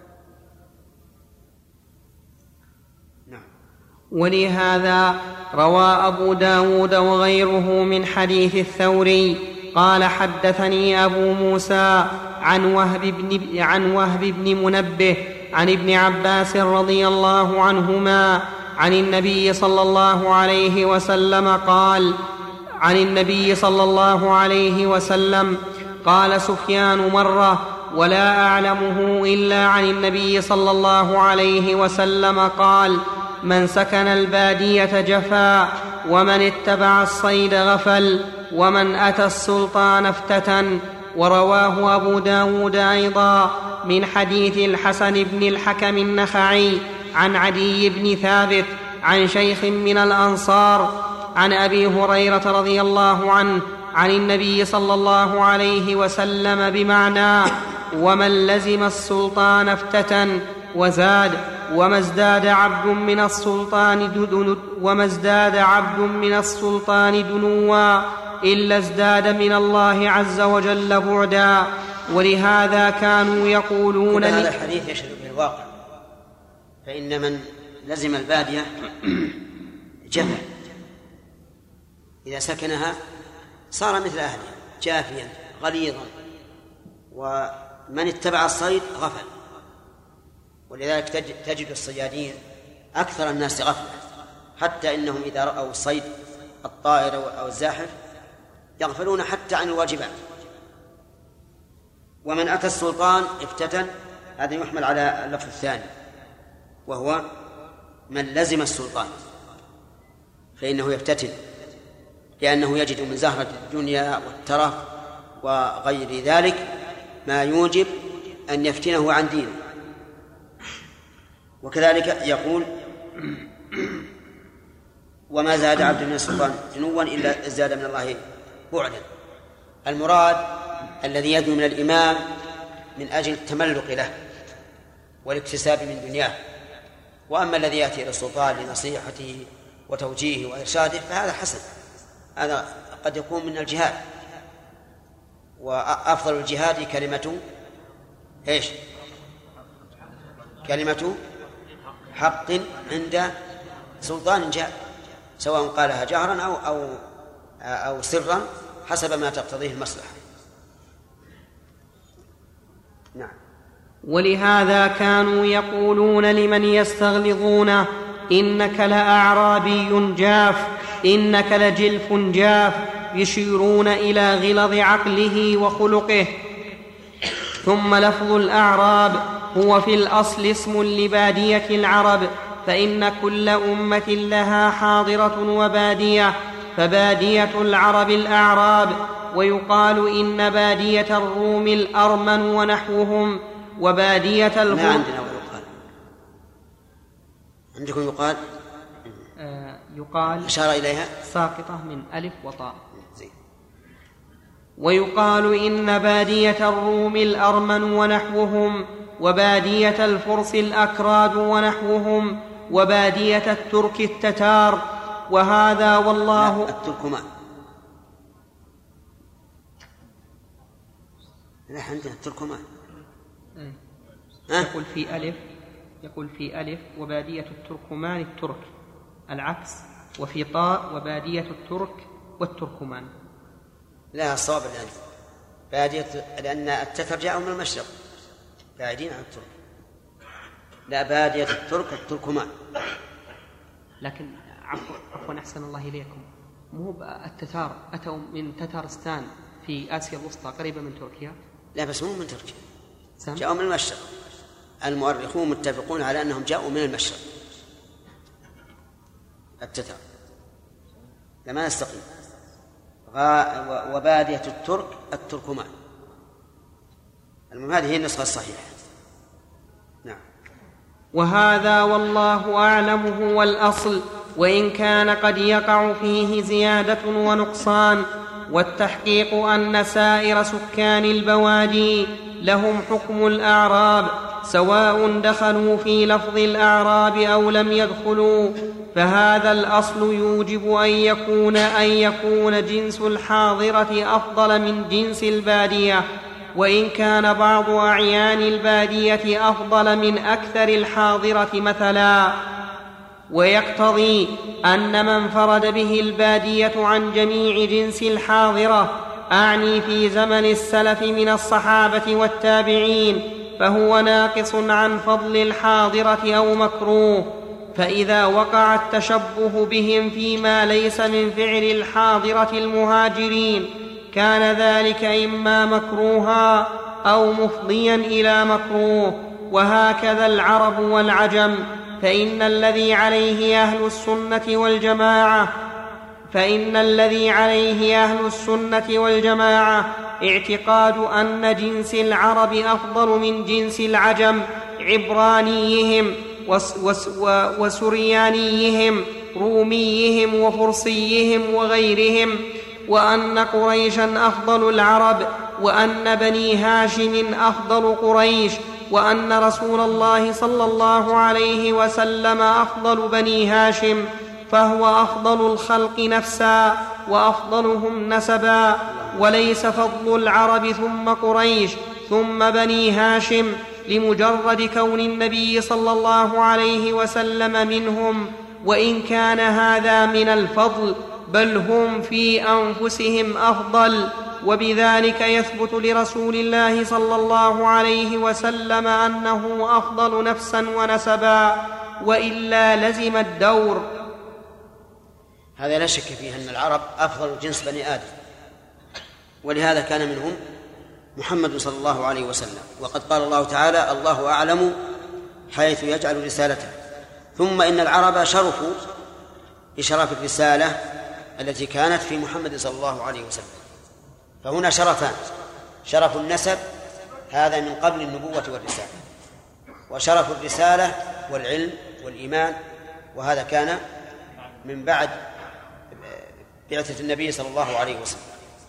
نعم. ولهذا روى أبو داود وغيره من حديث الثوري قال حدثني أبو موسى عن وهب بن, عن وهب بن منبه عن ابن عباس رضي الله عنهما عن النبي صلى الله عليه وسلم قال عن النبي صلى الله عليه وسلم قال سفيان مرة ولا أعلمه إلا عن النبي صلى الله عليه وسلم قال من سكن البادية جفا، ومن اتبع الصيد غفل، ومن أتى السلطان افتتن. ورواه أبو داود أيضا من حديث الحسن بن الحكم النخعي عن عدي بن ثابت عن شيخ من الأنصار عن أبي هريرة رضي الله عنه عن النبي صلى الله عليه وسلم بمعنى ومن لزم السلطان افتتن، وزاد وما ازداد عبد من السلطان دنو وما ازداد عبد من السلطان دنوا إلا ازداد من الله عز وجل بعدا. ولهذا كانوا يقولون هذا الحديث يشهد به الواقع، فإن من لزم البادية جفا، إذا سكنها صار مثل أهلها جافيا غليظا، ومن اتبع الصيد غفل. ولذلك تجد الصيادين أكثر الناس غفلة، حتى إنهم إذا رأوا الصيد الطائر أو الزاحف يغفلون حتى عن الواجبات. ومن أتى السلطان افتتن، هذا يحمل على اللفظ الثاني وهو من لزم السلطان، فإنه يفتتن لأنه يجد من زهرة الدنيا والترف وغير ذلك ما يوجب أن يفتنه عن دينه. وكذلك يقول وما زاد عبد من السلطان جنوا إلا ازداد من الله بعدا. المراد الذي يدنو من الإمام من أجل التملق له والاكتساب من دنياه. وأما الذي يأتي إلى السلطان لنصيحته وتوجيهه وإرشاده فهذا حسن، هذا قد يكون من الجهاد. وأفضل الجهاد كلمة إيش؟ كلمة حق عند سلطان جاء، سواء قالها جهرا أو, أو, أو سرا حسب ما تقتضيه المصلحة. نعم. ولهذا كانوا يقولون لمن يستغلظونه إنك لأعرابي جاف، إنك لجلف جاف، يشيرون إلى غلظ عقله وخلقه. ثم لفظ الأعراب هو في الأصل اسم لبادية العرب، فإن كل أمة لها حاضرة وبادية، فبادية العرب الأعراب. ويقال إن بادية الروم الأرمن ونحوهم، وبادية الفرس. ما عندنا ويقال، عندكم يقال آه يقال أشار إليها ساقطة من ألف وطاء. ويقال إن بادية الروم الأرمن ونحوهم، وبادية الفرس الأكراد ونحوهم، وبادية الترك التتار. وهذا والله التركمان. لا عندنا التركمان. يقول في ألف يقول في ألف وبادية التركمان الترك العكس، وفي طاء وبادية الترك والتركمان. لا، الصواب الآن بادية، لأن التتر جاءوا من المشرق بعيدين عن الترك. لا، بادية الترك التركمان. لكن عفوا عفوا أحسن الله إليكم، مو التتار أتوا من تتارستان في آسيا الوسطى قريبة من تركيا؟ لا، بس مو من تركيا، جاءوا من المشرق. المؤرخون متفقون على أنهم جاءوا من المشرق. التتار لما نستقيم. وبادية الترك التركمان. المهم هذه هي النسخة الصحيحة. نعم. وهذا والله أعلم هو الأصل، وإن كان قد يقع فيه زيادة ونقصان. والتحقيق أن سائر سكان البوادي لهم حكم الأعراب سواء دخلوا في لفظ الأعراب أو لم يدخلوا، فهذا الأصل يوجب أن يكون أن يكون جنس الحاضرة أفضل من جنس البادية، وإن كان بعض أعيان البادية أفضل من أكثر الحاضرة مثلا. ويقتضي أن من فرد به البادية عن جميع جنس الحاضرة، أعني في زمن السلف من الصحابة والتابعين، فهو ناقص عن فضل الحاضرة أو مكروه. فإذا وقع التشبه بهم فيما ليس من فعل الحاضرة المهاجرين كان ذلك إما مكروها أو مفضيا إلى مكروه. وهكذا العرب والعجم، فإن الذي عليه أهل السنة والجماعة فإن الذي عليه أهل السنة والجماعة اعتقاد أن جنس العرب أفضل من جنس العجم، عبرانيهم وسريانيهم، روميهم وفرسيهم وغيرهم، وأن قريشا أفضل العرب، وأن بني هاشم أفضل قريش، وأن رسول الله صلى الله عليه وسلم أفضل بني هاشم، فهو أفضل الخلق نفسا وأفضلهم نسبا، وليس فضل العرب ثم قريش ثم بني هاشم لمجرد كون النبي صلى الله عليه وسلم منهم، وإن كان هذا من الفضل، بل هم في أنفسهم أفضل. وبذلك يثبت لرسول الله صلى الله عليه وسلم أنه أفضل نفسا ونسبا، وإلا لزم الدور. هذا لا شك فيه أن العرب أفضل جنس بني آدم، ولهذا كان منهم محمد صلى الله عليه وسلم، وقد قال الله تعالى: الله أعلم حيث يجعل رسالته. ثم إن العرب شرفوا بشرف الرسالة التي كانت في محمد صلى الله عليه وسلم، فهنا شرفان: شرف النسب هذا من قبل النبوة والرسالة، وشرف الرسالة والعلم والإيمان، وهذا كان من بعد بعثة النبي صلى الله عليه وسلم.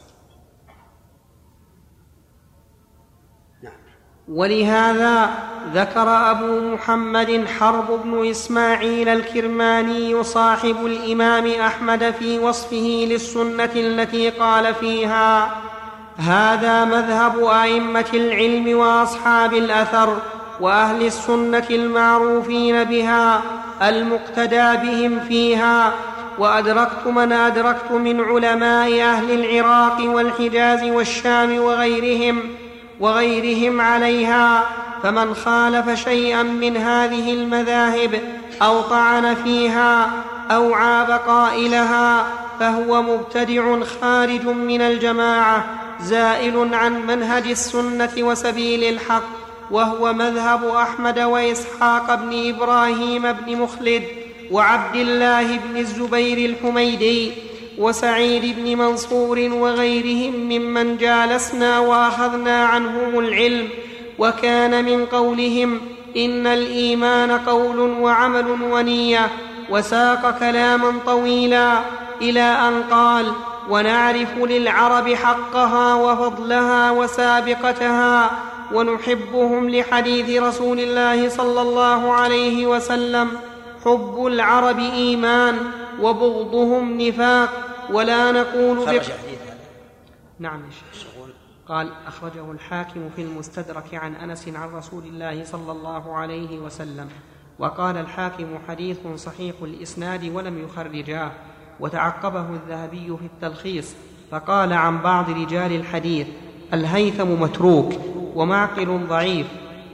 نعم. ولهذا ذكر أبو محمد حرب بن إسماعيل الكرماني صاحب الإمام أحمد في وصفه للسنة التي قال فيها: هذا مذهب أئمة العلم وأصحاب الأثر وأهل السنة المعروفين بها المقتدى بهم فيها. وأدركت من أدركت من علماء أهل العراق والحجاز والشام وغيرهم وغيرهم عليها، فمن خالف شيئا من هذه المذاهب أو طعن فيها أو عاب قائلها فهو مبتدع خارج من الجماعة، زائل عن منهج السنة وسبيل الحق، وهو مذهب أحمد وإسحاق بن إبراهيم بن مخلد وعبد الله بن الزبير الحميدي وسعيد بن منصور وغيرهم ممن جالسنا وأخذنا عنهم العلم. وكان من قولهم: إن الإيمان قول وعمل ونية، وساق كلاما طويلا إلى أن قال: ونعرف للعرب حقها وفضلها وسابقتها، ونحبهم لحديث رسول الله صلى الله عليه وسلم: حب العرب إيمان وبغضهم نفاق. ولا نقول بك... نعم قال: أخرجه الحاكم في المستدرك عن أنس عن رسول الله صلى الله عليه وسلم. وقال الحاكم: حديث صحيح الإسناد ولم يخرجاه. وتعقبه الذهبي في التلخيص فقال عن بعض رجال الحديث: الهيثم متروك، ومعقل ضعيف.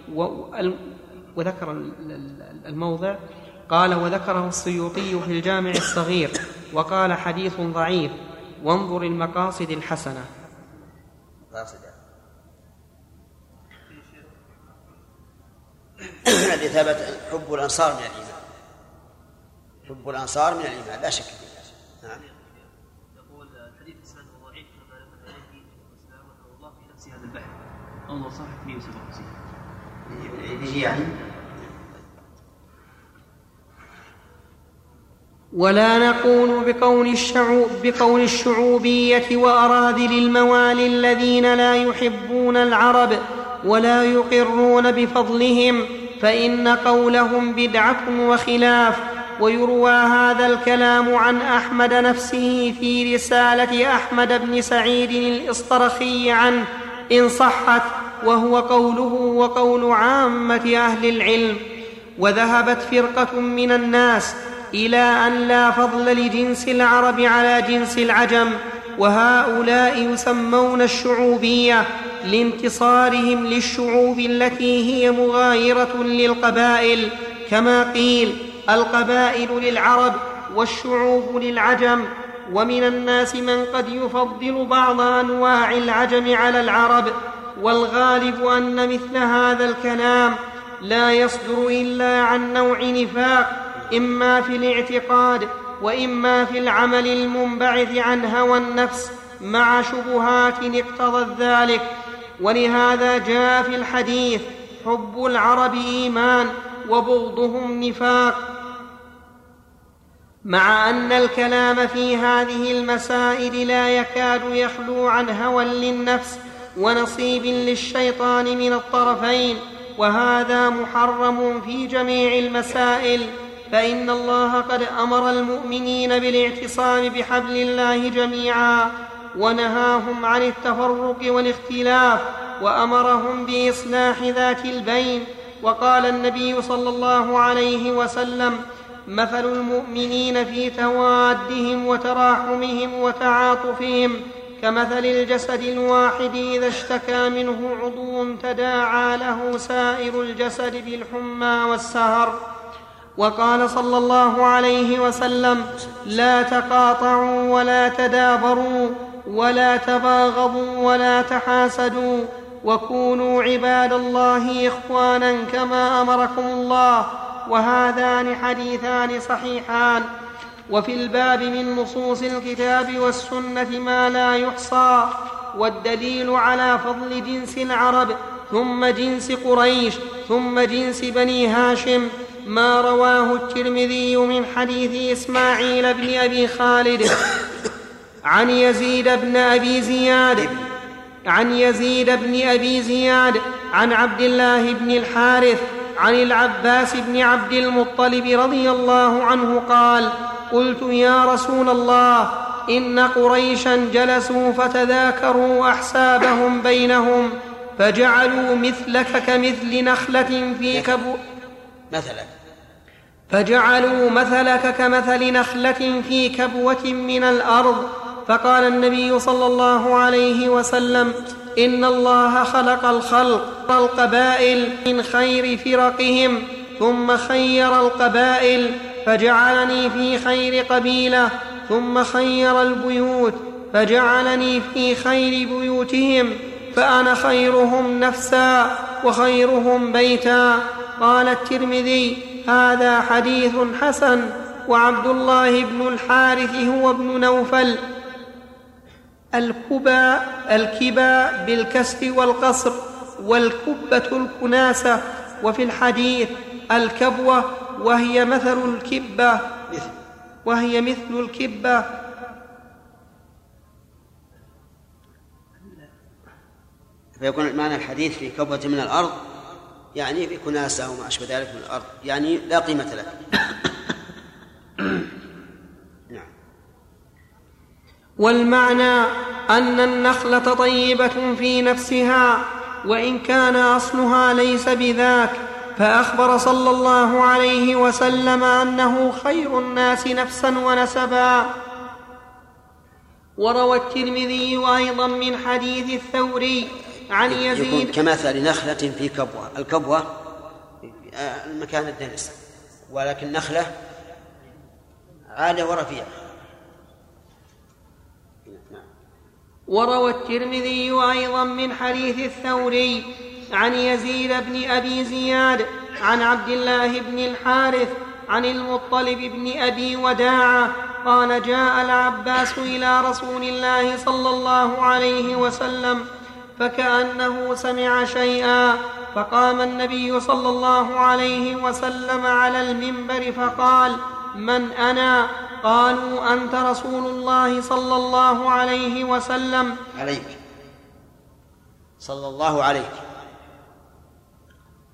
وذكر الموضع قال: وذكره السيوطي في الجامع الصغير وقال: حديث ضعيف، وانظر المقاصد الحسنة. الذي ثبت حب الأنصار من الإيمان، حب الأنصار من الإيمان لا شك فيه. نعم. يقول الحديث إسناده ضعيف كما نبه عليه وسلامه الله في نفس هذا البحث، انظر صحيح مئة وسبعة وخمسين. يعني ولا نقول بقول الشعوب بقول الشعوبية وأراذل الموالي الذين لا يحبون العرب ولا يقرون بفضلهم، فإن قولهم بدعة وخلاف. ويروى هذا الكلام عن أحمد نفسه في رسالة أحمد بن سعيد الإصطرخي عنه إن صحت، وهو قوله وقول عامة أهل العلم. وذهبت فرقة من الناس إلى أن لا فضل لجنس العرب على جنس العجم، وهؤلاء يسمون الشعوبية لانتصارهم للشعوب التي هي مغايرة للقبائل، كما قيل القبائل للعرب والشعوب للعجم. ومن الناس من قد يفضل بعض أنواع العجم على العرب، والغالب أن مثل هذا الكلام لا يصدر إلا عن نوع نفاق، إما في الاعتقاد وإما في العمل المنبعث عن هوى النفس مع شبهات اقتضت ذلك. ولهذا جاء في الحديث حب العرب إيمان وبغضهم نفاق. مع أن الكلام في هذه المسائل لا يكاد يخلو عن هوى للنفس ونصيب للشيطان من الطرفين، وهذا محرم في جميع المسائل، فإن الله قد أمر المؤمنين بالاعتصام بحبل الله جميعا، ونهاهم عن التفرق والاختلاف، وأمرهم بإصلاح ذات البين. وقال النبي صلى الله عليه وسلم: مثل المؤمنين في توادهم وتراحمهم وتعاطفهم كمثل الجسد الواحد إذا اشتكى منه عضو تداعى له سائر الجسد بالحمى والسهر. وقال صلى الله عليه وسلم: لا تقاطعوا ولا تدابروا ولا تباغضوا ولا تحاسدوا، وكونوا عباد الله إخوانا كما أمركم الله. وهذان حديثان صحيحان. وفي الباب من نصوص الكتاب والسنة ما لا يحصى، والدليل على فضل جنس العرب ثم جنس قريش ثم جنس بني هاشم ما رواه الترمذي من حديث إسماعيل بن أبي خالد عن يزيد بن أبي زياد عن يزيد بن أبي زياد عن عبد الله بن الحارث عن العباس بن عبد المطلب رضي الله عنه قال: قلت يا رسول الله، إن قريشا جلسوا فتذاكروا أحسابهم بينهم فجعلوا مثلك كمثل نخلة في كبو مثلا فجعلوا مثلك كمثل نخلة في كبوة من الأرض. فقال النبي صلى الله عليه وسلم: إن الله خلق الخلق القبائل من خير فرقهم ثم خير القبائل فجعلني في خير قبيلة، ثم خير البيوت فجعلني في خير بيوتهم، فأنا خيرهم نفسا وخيرهم بيتا. قال الترمذي: هذا حديث حسن. وعبد الله بن الحارث هو ابن نوفل. الكبا الكبا بالكسر والقصر، والكبة الكناسة. وفي الحديث الكبوة وهي مثل الكبة وهي مثل الكبة فيكون معنى الحديث في كبوة من الأرض يعني بكناسة وما أشبه ذلك من الأرض، يعني لا قيمة له. نعم. والمعنى أن النخلة طيبة في نفسها وإن كان أصلها ليس بذاك، فأخبر صلى الله عليه وسلم أنه خير الناس نفسا ونسبا. وروى الترمذي أيضا من حديث الثوري عن يزيد كمثل نخلة في كبوة. الكبوة المكان الدنس، ولكن نخلة عالية ورفيعة. وروى الترمذي أيضا من حديث الثوري عن يزيد بن أبي زياد عن عبد الله بن الحارث عن المطلب بن أبي وداعة قال: جاء العباس إلى رسول الله صلى الله عليه وسلم فكأنه سمع شيئا، فقام النبي صلى الله عليه وسلم على المنبر فقال: من أنا؟ قالوا: أنت رسول الله صلى الله عليه وسلم. عليك صلى الله عليك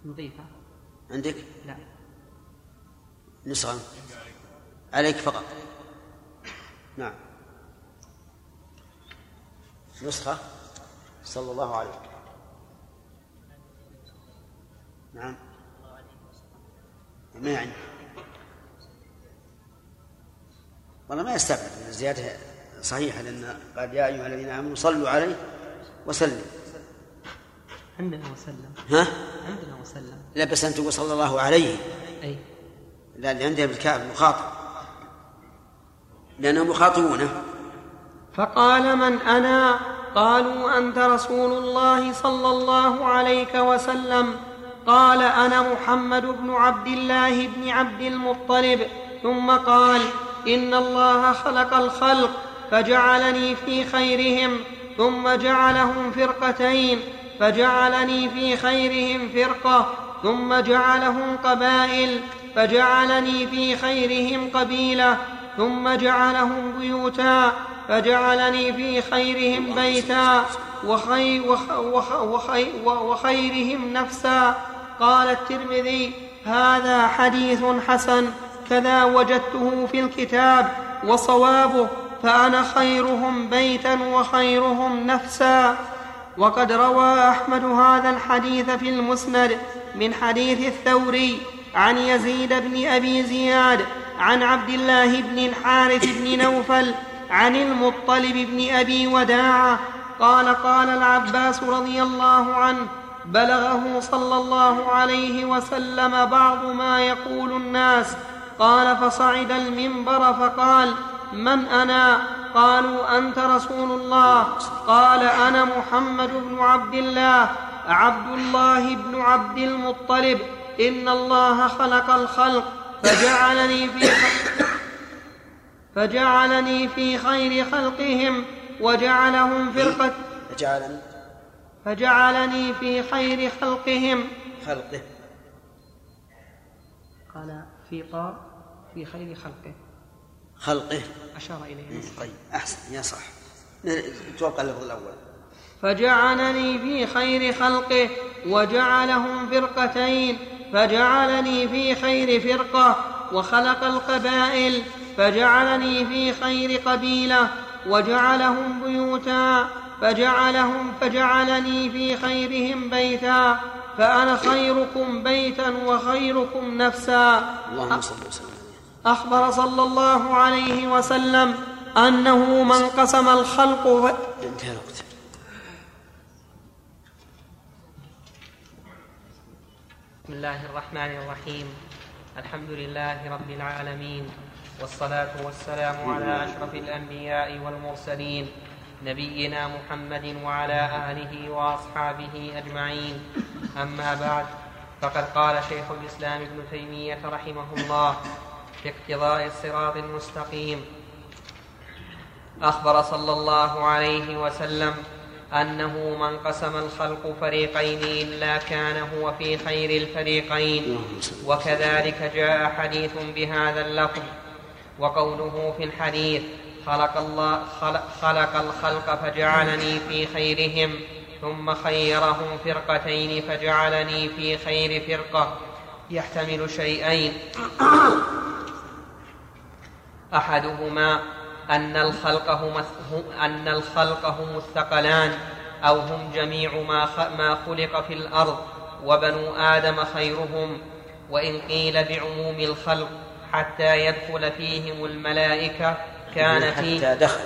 نضيفها عندك؟ لا. نسخة عليك فقط. نعم نسخة صلى الله عليه. نعم ما يعني والله ما يستبعد الزيادة صحيحة، لأن قال يا أيها الذين آمنوا صلوا عليه وسلم. عندنا وسلم. ها؟ عندنا وسلم. لا بس أن تقول صلى الله عليه. أي. لا اللي عندها بالكاف مخاطب لأنهم يخاطبونه. فقال من أنا؟ قالوا أنت رسول الله صلى الله عليه وسلم. قال أنا محمد بن عبد الله بن عبد المطلب. ثم قال إن الله خلق الخلق فجعلني في خيرهم ثم جعلهم فرقتين فجعلني في خيرهم فرقة ثم جعلهم قبائل فجعلني في خيرهم قبيلة ثم جعلهم بيوتا فجعلني في خيرهم بيتا وخي وخ وخ وخي وخيرهم نفسا. قال الترمذي هذا حديث حسن كذا وجدته في الكتاب وصوابه فأنا خيرهم بيتا وخيرهم نفسا. وقد روى أحمد هذا الحديث في المسند من حديث الثوري عن يزيد بن أبي زياد عن عبد الله بن الحارث بن نوفل عن المطلب بن أبي وداعة قال قال العباس رضي الله عنه بلغه صلى الله عليه وسلم بعض ما يقول الناس. قال فصعد المنبر فقال من أنا؟ قالوا أنت رسول الله. قال أنا محمد بن عبد الله عبد الله بن عبد المطلب. إن الله خلق الخلق فجعلني في فجعلني في خير خلقهم وجعلهم فرقة فجعلني فجعلني في خير خلقهم خلقه. قال في قاء في خير خلقه خلقه أشار إليه. طيب أحسن يا صح توقع اللفظ الأول. فجعلني في خير خلقه وجعلهم فرقتين فجعلني في خير فرقة وخلق القبائل فجعلني في خير قبيلة وجعلهم بيوتا فجعلهم فجعلني في خيرهم بيتا فأنا خيركم بيتا وخيركم نفسا. اللهم صل وسلم. أخبر صلى الله عليه وسلم أنه من قسم الخلق ف... انتهى الوقت. بسم الله الرحمن الرحيم. الحمد لله رب العالمين والصلاة والسلام على أشرف الأنبياء والمرسلين نبينا محمد وعلى آله وأصحابه أجمعين. أما بعد فقد قال شيخ الإسلام ابن تيمية رحمه الله في اقتضاء الصراط المستقيم أخبر صلى الله عليه وسلم أنه من قسم الخلق فريقين إلا كان هو في خير الفريقين. وكذلك جاء حديث بهذا اللفظ. وقوله في الحديث خلق, الله خلق, خلق الخلق فجعلني في خيرهم ثم خيرهم فرقتين فجعلني في خير فرقة يحتمل شيئين أحدهما أن الخلق هم, أن الخلق هم الثقلان أو هم جميع ما خلق في الأرض وبنو آدم خيرهم. وإن قيل بعموم الخلق حتى يدخل فيهم الملائكة كان في حتى دخل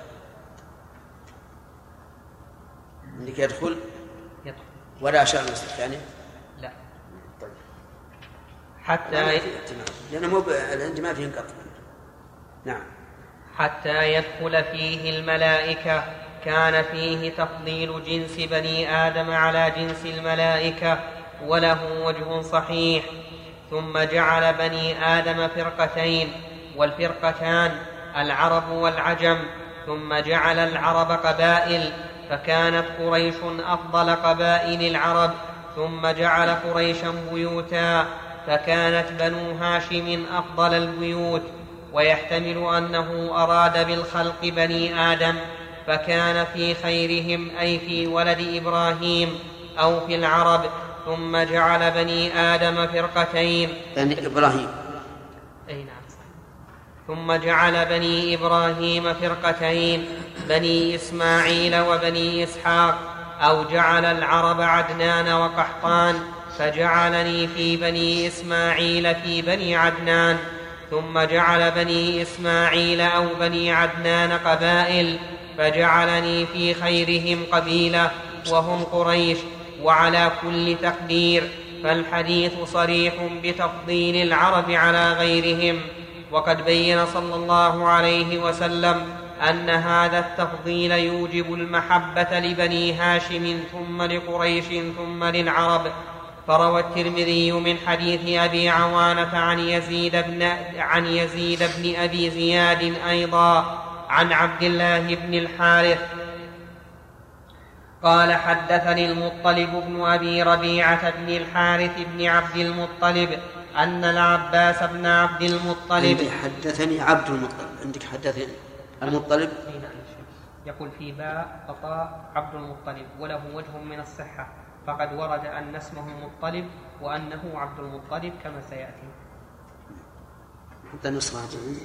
عندك يدخل يدخل ولا شأن يعني لا طيب. حتى لأنه مو الانجماع فيه انقطع. نعم. حتى يدخل فيه الملائكة كان فيه تفضيل جنس بني آدم على جنس الملائكة وله وجه صحيح. ثم جعل بني آدم فرقتين والفرقتان العرب والعجم. ثم جعل العرب قبائل فكانت قريش أفضل قبائل العرب. ثم جعل قريشا بيوتا فكانت بنو هاشم أفضل البيوت. ويحتمل أنه أراد بالخلق بني آدم فكان في خيرهم أي في ولد إبراهيم أو في العرب. ثم جعل بني آدم فرقتين. بني إبراهيم. أي نعم. ثم جعل بني إبراهيم فرقتين، بني إسماعيل وبني إسحاق، أو جعل العرب عدنان وقحطان، فجعلني في بني إسماعيل في بني عدنان. ثم جعل بني إسماعيل أو بني عدنان قبائل، فجعلني في خيرهم قبيلة وهم قريش. وعلى كل تقدير فالحديث صريح بتفضيل العرب على غيرهم، وقد بين صلى الله عليه وسلم أن هذا التفضيل يوجب المحبة لبني هاشم ثم لقريش ثم للعرب. فروى الترمذي من حديث أبي عوانة عن يزيد بن, عن يزيد بن أبي زياد أيضا عن عبد الله بن الحارث قال حدثني المطلب بن أبي ربيعة بن الحارث بن عبد المطلب أن العباس بن عبد المطلب. حدثني عبد المطلب، عندك حدثني المطلب. يقول في باء قطاء عبد المطلب وله وجه من الصحة، فقد ورد أن اسمه المطلب وأنه عبد المطلب كما سيأتي. حتى نسخة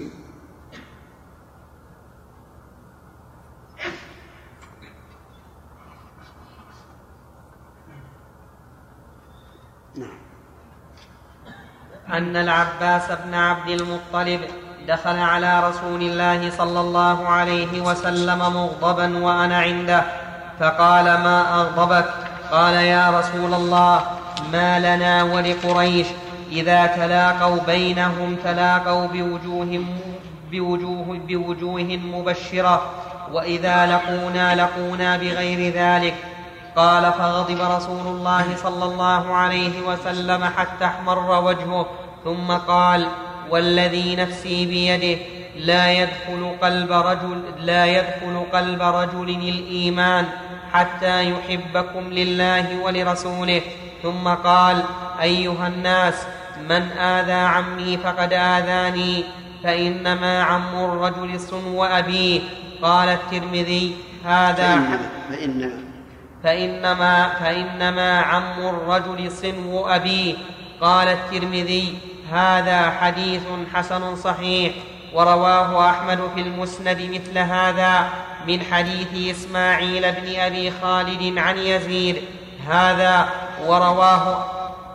أن العباس بن عبد المطلب دخل على رسول الله صلى الله عليه وسلم مغضبا وأنا عنده، فقال: ما أغضبك؟ قال: يا رسول الله، ما لنا ولقريش إذا تلاقوا بينهم تلاقوا بوجوه, بوجوه, بوجوه مبشرة، وإذا لقونا لقونا بغير ذلك. قال: فغضب رسول الله صلى الله عليه وسلم حتى احمر وجهه، ثم قال: والذي نفسي بيده لا يدخل قلب رجل لا يدخل قلب رجل الإيمان حتى يحبكم لله ولرسوله. ثم قال: أيها الناس، من آذى عمي فقد آذاني، فإنما عم الرجل صنو أبيه. قال الترمذي: هذا فإن فإنما, فإنما عم الرجل صنو أبيه. قال الترمذي: هذا حديث حسن صحيح. ورواه أحمد في المسند مثل هذا من حديث إسماعيل بن أبي خالد عن يزيد هذا ورواه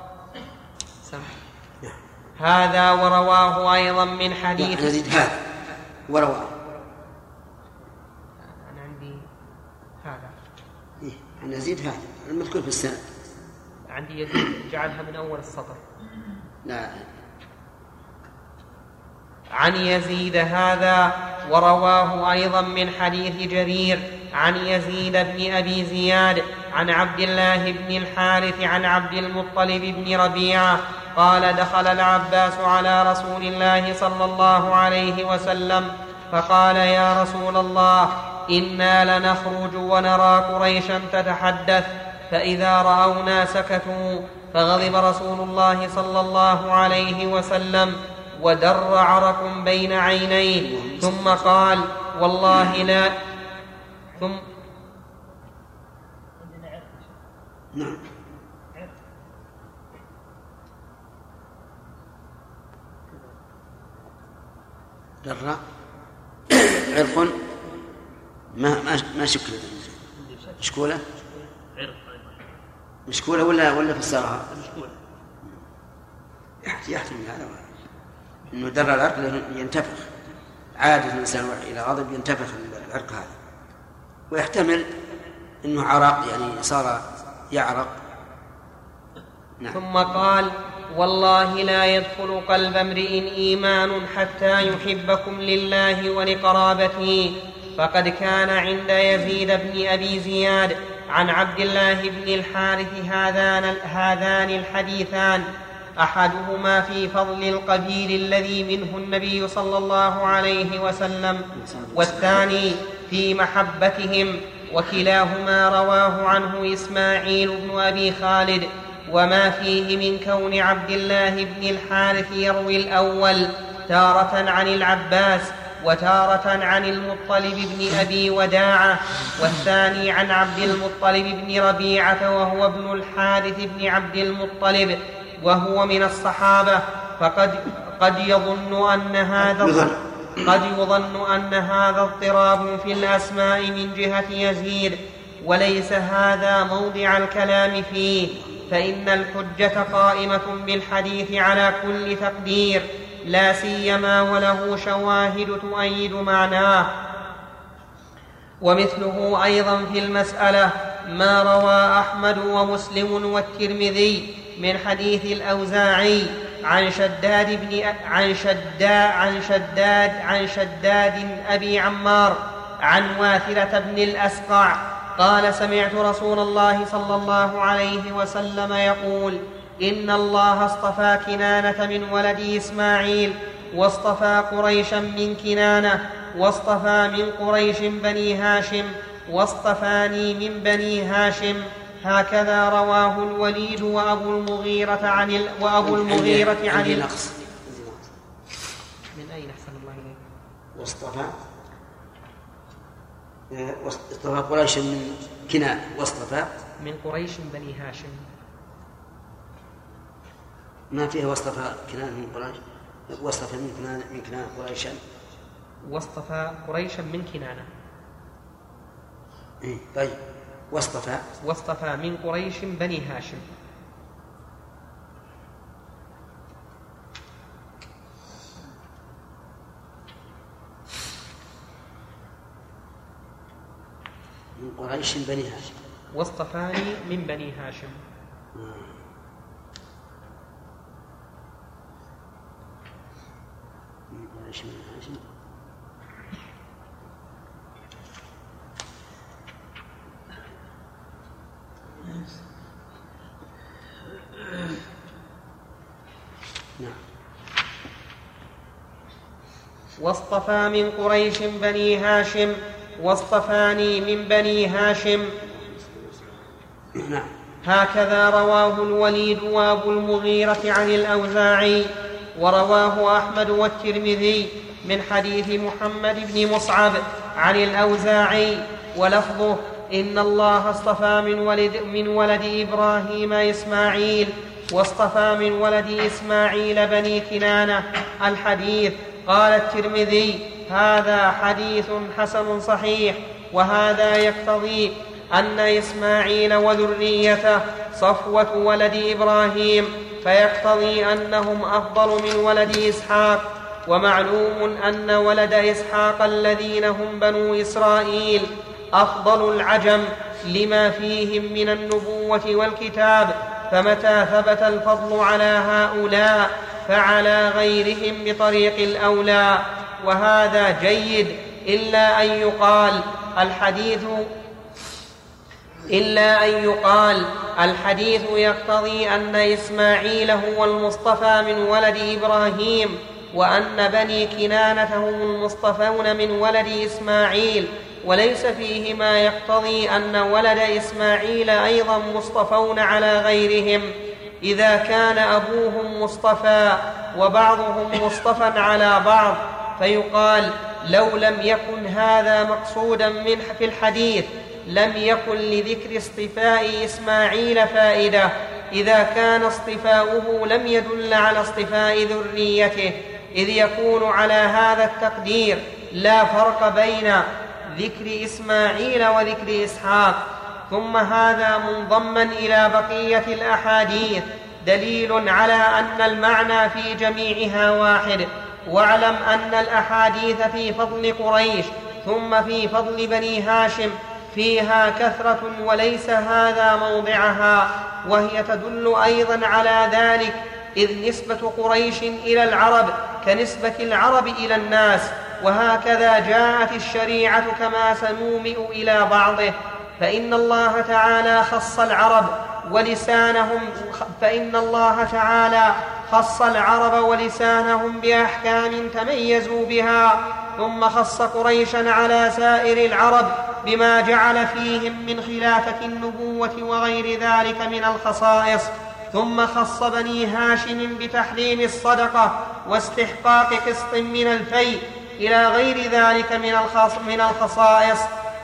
هذا ورواه أيضا من حديث يزيد هذا ورواه. أنا عندي هذا إيه؟ أنا يزيد هذا المذكور في السند. عندي يزيد جعلها من أول السطر. لا، عن يزيد هذا ورواه أيضا من حديث جرير عن يزيد بن أبي زياد عن عبد الله بن الحارث عن عبد المطلب بن ربيعة قال: دخل العباس على رسول الله صلى الله عليه وسلم فقال: يا رسول الله، إنا لنخرج ونرى قريشا تتحدث، فإذا رأونا سكتوا. فغضب رسول الله صلى الله عليه وسلم ودر عرق بين عينيه، ثم قال: والله لا ثم نعم در عرق ما ما ما شكله مشكوله مشكوله ولا ولا فسرها يحتمل هذا انه در العرق ينتفخ. عادة الانسان الى غضب ينتفخ العرق هذا، ويحتمل انه عرق يعني صار يعرق. نعم. ثم قال: والله لا يدخل قلب امرئ إيمان حتى يحبكم لله ولقرابته. فقد كان عند يزيد بن أبي زياد عن عبد الله بن الحارث هذان, هذان الحديثان، أحدهما في فضل القبيل الذي منه النبي صلى الله عليه وسلم، والثاني في محبتهم، وكلاهما رواه عنه إسماعيل بن أبي خالد. وما فيه من كون عبد الله بن الحارث يروي الأول تارة عن العباس وتارة عن المطلب بن أبي وداعة، والثاني عن عبد المطلب بن ربيعة وهو ابن الحارث بن عبد المطلب وهو من الصحابة. فقد قد يظن أن هذا قد يظن أن هذا اضطراب في الأسماء من جهة يزيد، وليس هذا موضع الكلام فيه، فإن الحجة قائمة بالحديث على كل تقدير، لا سيما وله شواهد تؤيد معناه. ومثله أيضا في المسألة ما روى أحمد ومسلم والترمذي من حديث الأوزاعي عن شداد بن عن شداد عن شداد عن شداد أبي عمار عن واثلة بن الأسقع قال: سمعت رسول الله صلى الله عليه وسلم يقول: إن الله اصطفى كنانة من ولد إسماعيل، واصطفى قريشا من كنانة، واصطفى من قريش بني هاشم، واصطفاني من بني هاشم. هكذا رواه الوليد وأبو المغيرة عن ال... وأبو المغيرة عن ال... نقص من أين أحسن الله إليك؟ واصطفى واصطفى قريش من كنانة، واصطفى من قريش بني هاشم. ما فيه واصطفى كنانة من قريش، واصطفى من كنانة من كنانة قريشا، واصطفى قريشا من كنانة. إيه طيب، واصطفى واصطفى من قريش بني هاشم. من قريش بني هاشم، واصطفاني من بني هاشم. من قريش بني هاشم. نعم. واصطفى من قريش بني هاشم، واصطفاني من بني هاشم. نعم. هكذا رواه الوليد وأبو المغيرة عن الأوزاعي، ورواه أحمد والترمذي من حديث محمد بن مصعب عن الأوزاعي، ولفظه: إن الله اصطفى من ولد, من ولد إبراهيم إسماعيل، واصطفى من ولد إسماعيل بني كنانة. الحديث. قال الترمذي: هذا حديث حسن صحيح، وهذا يقتضي أن إسماعيل وذريته صفوة ولد إبراهيم، فيقتضي أنهم أفضل من ولد إسحاق. ومعلوم أن ولد إسحاق الذين هم بنو إسرائيل أفضل العجم لما فيهم من النبوة والكتاب، فمتى ثبت الفضل على هؤلاء فعلى غيرهم بطريق الأولى. وهذا جيد، إلا أن يقال الحديث إلا أن يقال الحديث يقتضي أن إسماعيل هو المصطفى من ولد إبراهيم، وأن بني كنانة هم المصطفون من ولد إسماعيل، وليس فيه ما يقتضي أن ولد إسماعيل أيضا مصطفون على غيرهم، إذا كان أبوهم مصطفى وبعضهم مصطفى على بعض. فيقال: لو لم يكن هذا مقصودا من في الحديث لم يكن لذكر اصطفاء إسماعيل فائدة، إذا كان اصطفاؤه لم يدل على اصطفاء ذريته، إذ يكون على هذا التقدير لا فرق بين ذكر إسماعيل وذكر إسحاق. ثم هذا منضما إلى بقية الأحاديث دليل على أن المعنى في جميعها واحد. واعلم أن الأحاديث في فضل قريش ثم في فضل بني هاشم فيها كثرة، وليس هذا موضعها، وهي تدل أيضا على ذلك، إذ نسبة قريش إلى العرب كنسبة العرب إلى الناس، وهكذا جاءت الشريعة كما سنومئ إلى بعضه. فإن الله تعالى خص العرب ولسانهم فإن الله تعالى خص العرب ولسانهم بأحكام تميزوا بها، ثم خص قريشا على سائر العرب بما جعل فيهم من خلافة النبوة وغير ذلك من الخصائص، ثم خص بني هاشم بتحريم الصدقة واستحقاق قسط من الفيء، إلى غير ذلك من الخصائص.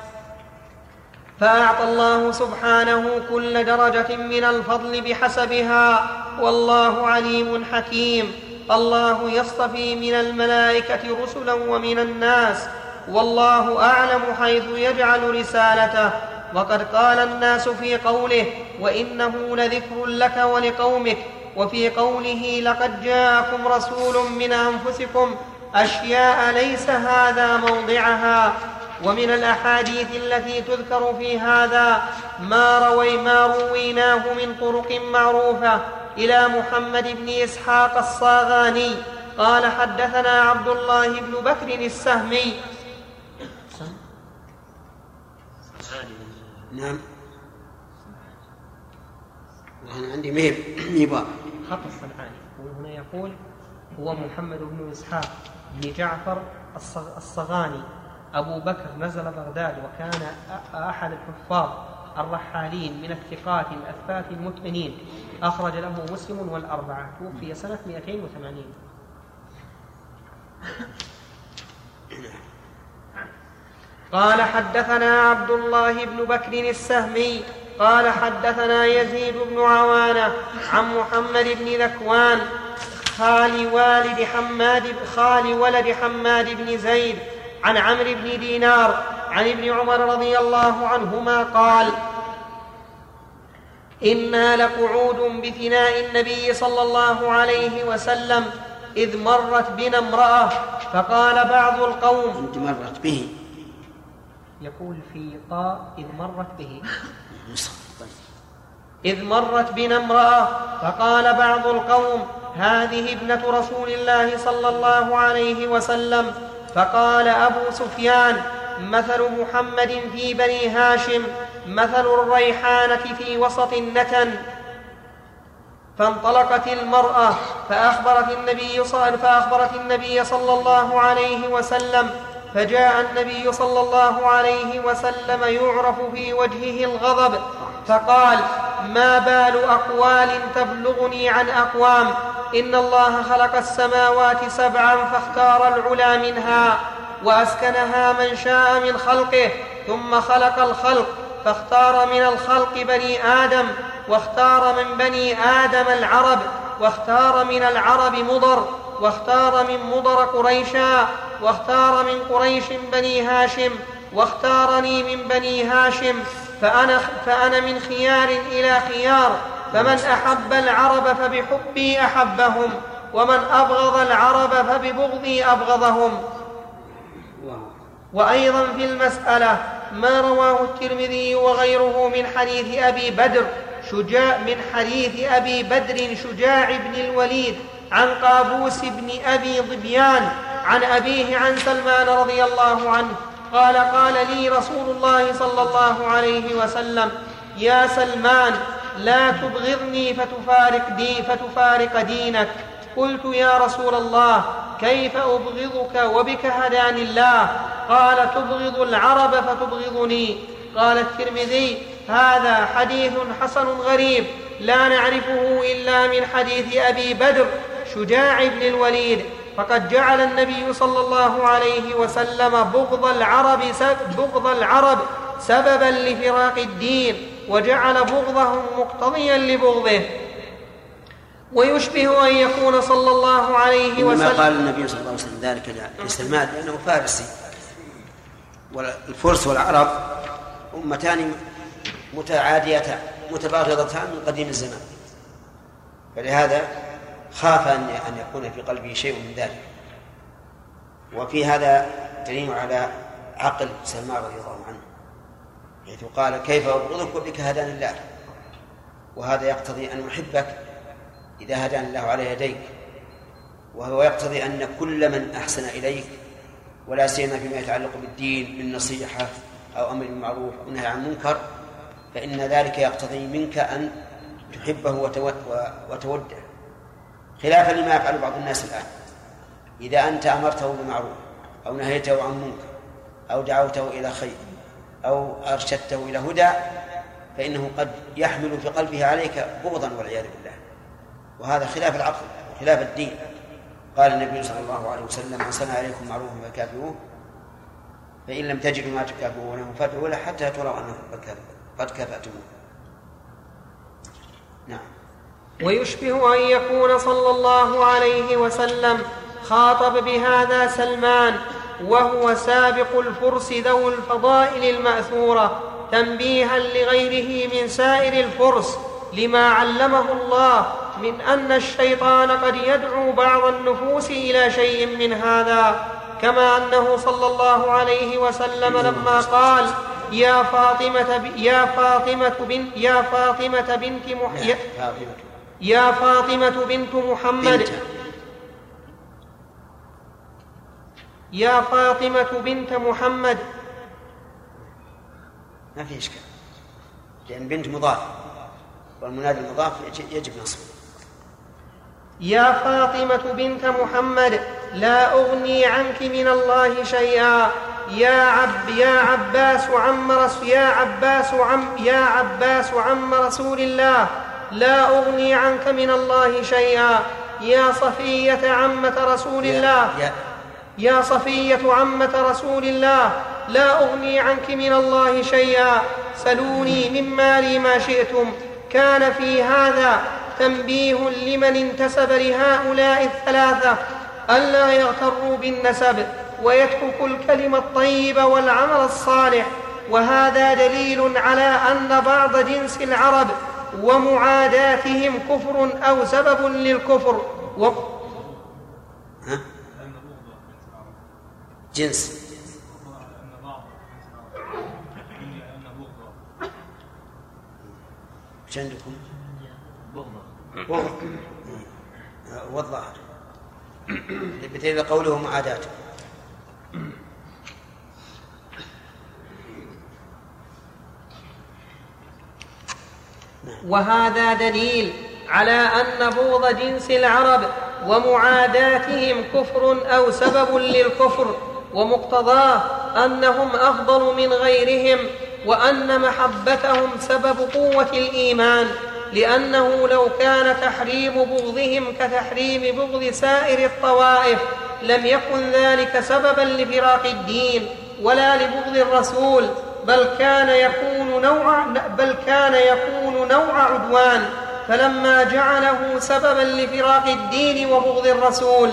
فأعطى الله سبحانه كل درجة من الفضل بحسبها، والله عليم حكيم. الله يصطفي من الملائكة رسلا ومن الناس، والله أعلم حيث يجعل رسالته. وقد قال الناس في قوله وإنه لذكر لك ولقومك، وفي قوله لقد جاءكم رسول من أنفسكم أشياء ليس هذا موضعها. ومن الأحاديث التي تذكر في هذا ما روي ما رويناه من طرق معروفة إلى محمد بن إسحاق الصاغاني قال حدثنا عبد الله بن بكر السهمي. نعم، أنا عندي ميب ميبا خط الصنعاني، وهنا يقول هو محمد بن إسحاق بن جعفر الصغاني أبو بكر، نزل بغداد، وكان أحد الحفاظ الرحالين من الثقات الأثبات المتقنين، أخرج له مسلم والأربعة، توفي سنة مئتين وثمانين. قال حدثنا عبد الله بن بكر السهمي قال حدثنا يزيد بن عوانة عن محمد بن ذكوان خال والد حماد خال ولد حماد بن زيد عن عمرو بن دينار عن ابن عمر رضي الله عنهما قال إنا لقعود بفناء النبي صلى الله عليه وسلم إذ مرت بنا امرأة فقال بعض القوم أنت مرت به، يقول في طاء إذ مرت به إذ مرت بنا امرأة فقال بعض القوم هذه ابنة رسول الله صلى الله عليه وسلم. فقال أبو سفيان مثل محمد في بني هاشم مثل الريحانة في وسط النتن. فانطلقت المرأة فأخبرت النبي فأخبرت النبي صلى الله عليه وسلم، فجاء النبي صلى الله عليه وسلم يعرف في وجهه الغضب، فقال ما بال أقوال تبلغني عن أقوام، إن الله خلق السماوات سبعا فاختار العلا منها وأسكنها من شاء من خلقه، ثم خلق الخلق فاختار من الخلق بني آدم، واختار من بني آدم العرب، واختار من العرب مضر، واختار من مضر قريشا، واختار من قريش بني هاشم، واختارني من بني هاشم، فأنا, فأنا من خيار إلى خيار، فمن أحب العرب فبحبي أحبهم، ومن أبغض العرب فببغضي أبغضهم. وأيضا في المسألة ما رواه الترمذي وغيره من حديث أبي بدر شجاع من حديث أبي بدر شجاع بن الوليد عن قابوس بن أبي ظبيان عن أبيه عن سلمان رضي الله عنه قال قال لي رسول الله صلى الله عليه وسلم يا سلمان لا تبغضني فتفارق, دي فتفارق دينك. قلت يا رسول الله كيف أبغضك وبك هداني الله؟ قال تبغض العرب فتبغضني. قال الترمذي هذا حديث حسن غريب لا نعرفه إلا من حديث أبي بدر شجاع بن الوليد، فقد جعل النبي صلى الله عليه وسلم بغض العرب, بغض العرب سببا لفراق الدين، وجعل بغضهم مقتضيا لبغضه. ويشبه أن يكون صلى الله عليه وسلم إنما قال النبي صلى الله عليه وسلم ذلك لسلمان لأنه فارسي، والفرس والعرب أمتان متعاديتان متباغضتان من قديم الزمان، فلهذا خاف أن يكون في قلبه شيء من ذلك. وفي هذا دليل على عقل سلمان رضي الله عنه، حيث قال كيف أبغضك وبك هداني الله، وهذا يقتضي أن أحبك إذا هداني الله على يديك، وهو يقتضي أن كل من أحسن إليك ولا سيما فيما يتعلق بالدين من نصيحة أو أمر بالمعروف أو نهي عن منكر، فإن ذلك يقتضي منك أن تحبه وتوده، خلافا لما يفعل بعض الناس الآن. إذا أنت أمرته بمعروف أو نهيته عن منكر أو دعوته إلى خير أو أرشدته إلى هدى، فإنه قد يحمل في قلبه عليك بغضا والعياذ بالله، وهذا خلاف العقل وخلاف الدين. قال النبي صلى الله عليه وسلم: من صنع عليكم معروفا فكافئوه، فإن لم تجدوا ما تكافئونه فادعوا له حتى تروا أنه قد كافأتموه. نعم. ويشبه أن يكون صلى الله عليه وسلم خاطب بهذا سلمان وهو سابق الفرس ذو الفضائل المأثورة، تنبيها لغيره من سائر الفرس لما علمه الله من أن الشيطان قد يدعو بعض النفوس إلى شيء من هذا، كما أنه صلى الله عليه وسلم لما قال: يا فاطمة يا فاطمة بنت يا فاطمة بنت مح... يا فاطمة بنت محمد يا فاطمة بنت محمد. ما في إشكال، لأن بنت مضاف والمنادى المضاف يجب نصبه. يا فاطمة بنت محمد لا أغني عنك من الله شيئا، يا عب يا عباس عم رسول يا عباس عم يا عباس عم رسول الله لا أغني عنك من الله شيئا، يا صفية عمة رسول الله يا, يا صفية عمة رسول الله لا أغني عنك من الله شيئا، سلوني من مالي ما شئتم. كان في هذا تنبيه لمن انتسب لهؤلاء الثلاثة ألا يغتروا بالنسب ويتركوا الكلمة الطيب والعمل الصالح، وهذا دليل على أن بعض جنس العرب ومعاداتهم كفر أو سبب للكفر و... ها؟ جنس ايش عندكم؟ بغض والظاهر بدليل قوله معاداته. وهذا دليل على أن بغض جنس العرب ومعاداتهم كفر أو سبب للكفر، ومقتضاه أنهم أفضل من غيرهم، وأن محبتهم سبب قوة الإيمان، لأنه لو كان تحريم بغضهم كتحريم بغض سائر الطوائف لم يكن ذلك سببا لفراق الدين ولا لبغض الرسول، بل كان يكون نوع بل كان يكون نوع عدوان، فلما جعله سببا لفراق الدين وبغض الرسول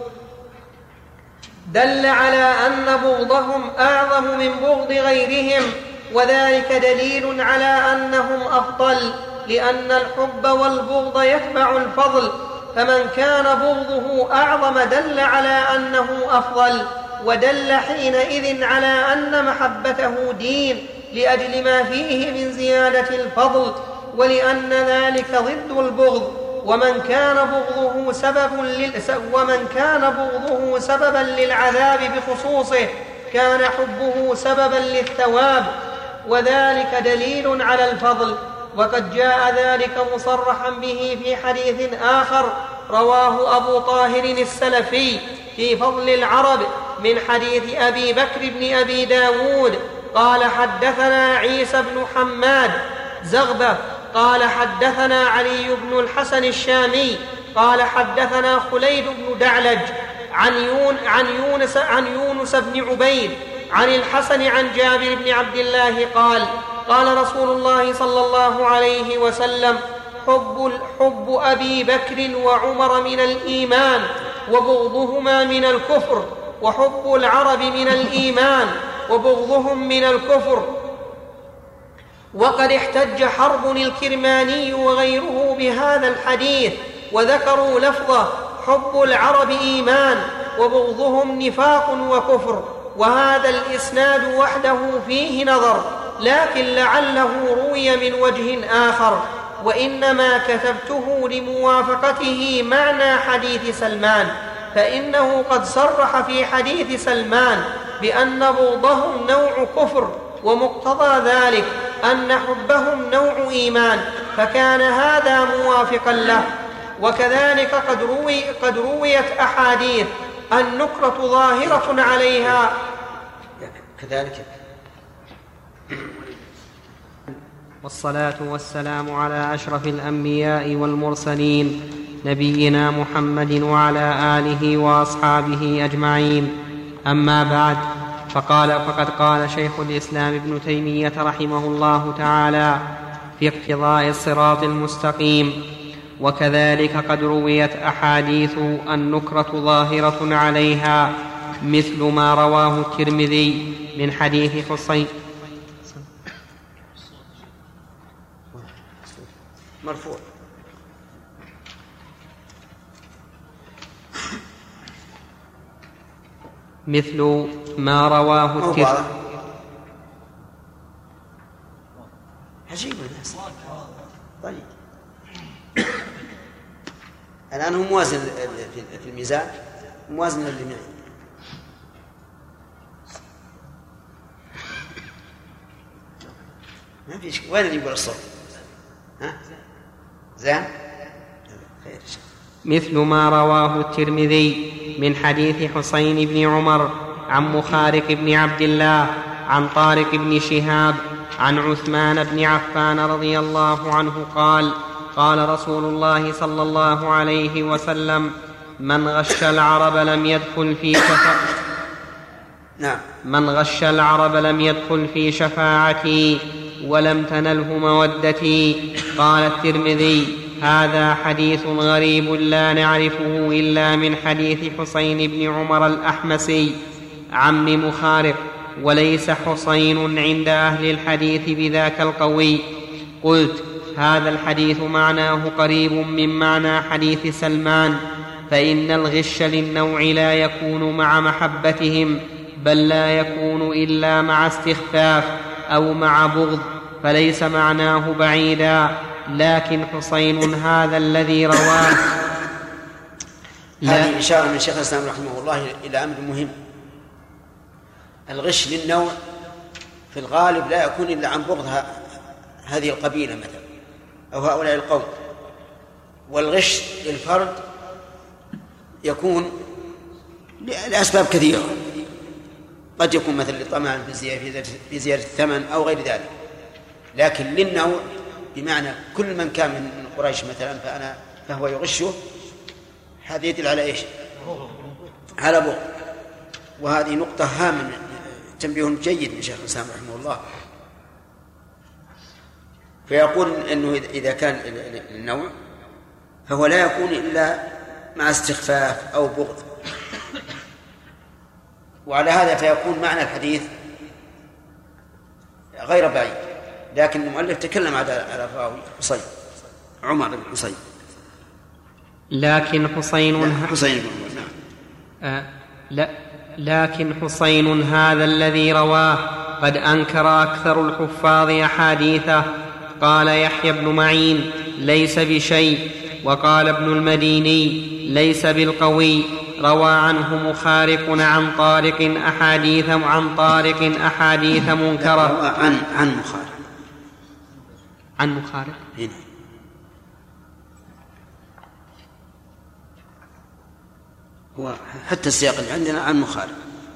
دل على أن بغضهم أعظم من بغض غيرهم، وذلك دليل على أنهم أفضل، لأن الحب والبغض يتبع الفضل، فمن كان بغضه أعظم دل على أنه أفضل، ودل حينئذ على أن محبته دين لأجل ما فيه من زيادة الفضل، ولأن ذلك ضد البغض، ومن كان بغضه سبب لل... ومن كان بغضه سببا للعذاب بخصوصه كان حبه سببا للثواب، وذلك دليل على الفضل. وقد جاء ذلك مصرحا به في حديث آخر رواه أبو طاهر السلفي في فضل العرب من حديث أبي بكر بن أبي داود قال: حدثنا عيسى بن حماد زغبة قال حدثنا علي بن الحسن الشامي قال حدثنا خليد بن دعلج عن, يون عن, يونس عن يونس بن عبيد عن الحسن عن جابر بن عبد الله قال: قال رسول الله صلى الله عليه وسلم: حب, حب أبي بكر وعمر من الإيمان، وبغضهما من الكفر، وحب العرب من الإيمان، وبغضهم من الكفر. وقد احتج حرب الكرماني وغيره بهذا الحديث، وذكروا لفظه: حب العرب إيمان وبغضهم نفاق وكفر، وهذا الإسناد وحده فيه نظر، لكن لعله روي من وجه آخر، وإنما كتبته لموافقته معنى حديث سلمان، فإنه قد صرح في حديث سلمان بأن بغضهم نوع كفر، ومقتضى ذلك أن حبهم نوع إيمان، فكان هذا موافقا له. وكذلك قد, روي قد رويت أحاديث النكرة ظاهرة عليها كذلك. والصلاة والسلام على أشرف الأنبياء والمرسلين نبينا محمد وعلى آله وأصحابه أجمعين. أما بعد، فقال فقد قال شيخ الإسلام ابن تيمية رحمه الله تعالى في اقتضاء الصراط المستقيم: وكذلك قد رويت أحاديث النكرة ظاهرة عليها، مثل ما رواه الترمذي من حديث حسين مرفوع مثل ما رواه الترمذي. عجيب الناس. طيب الآن هو موازن في الميزان، موازن للجميع. ما فيش. وين اللي يقول الصوت؟ ها؟ زين؟ خير. مثل ما رواه الترمذي من حديث حسين بن عمر عن مخارق بن عبد الله عن طارق بن شهاب عن عثمان بن عفان رضي الله عنه قال: قال رسول الله صلى الله عليه وسلم: من غش العرب لم يدخل في شفاعتي نعم من غش العرب لم يدخل في شفاعتي ولم تنله مودتي. قال الترمذي: هذا حديث غريب لا نعرفه إلا من حديث حسين بن عمر الأحمسي عم مخارق، وليس حسين عند أهل الحديث بذاك القوي. قلت: هذا الحديث معناه قريب من معنى حديث سلمان، فإن الغش للنوع لا يكون مع محبتهم، بل لا يكون إلا مع استخفاف أو مع بغض، فليس معناه بعيدا. لكن حسين هذا الذي رواه. هذه إشارة من شيخ الإسلام رحمه الله إلى أمر مهم. الغش للنوع في الغالب لا يكون إلا عن بغض هذه القبيلة مثلا أو هؤلاء القوم، والغش للفرد يكون لأسباب كثيرة، قد يكون مثلا لطمع في زيادة الثمن أو غير ذلك. لكن للنوع بمعنى كل من كان من قريش مثلا فأنا فهو يغشه، هذا يدل على إيش؟ على بغض. وهذه نقطة هامة، تنبيه جيد من شيخ الإسلام رحمه الله. فيقول أنه إذا كان النوع فهو لا يكون إلا مع استخفاف أو بغض. وعلى هذا فيكون معنى الحديث غير بعيد. لكن المؤلف تكلم على الراوي حسين عمر بن حسين. لكن حسين حسين آه لا لكن حسين هذا الذي رواه قد أنكر أكثر الحفاظ أحاديثه. قال يحيى بن معين: ليس بشيء. وقال ابن المديني: ليس بالقوي. روى عنه مخارق عن طارق أحاديث عن طارق أحاديث منكرة. عن عن مخارق عن مخارق هنا. هو حتى السياق اللي عندنا عن مخارق.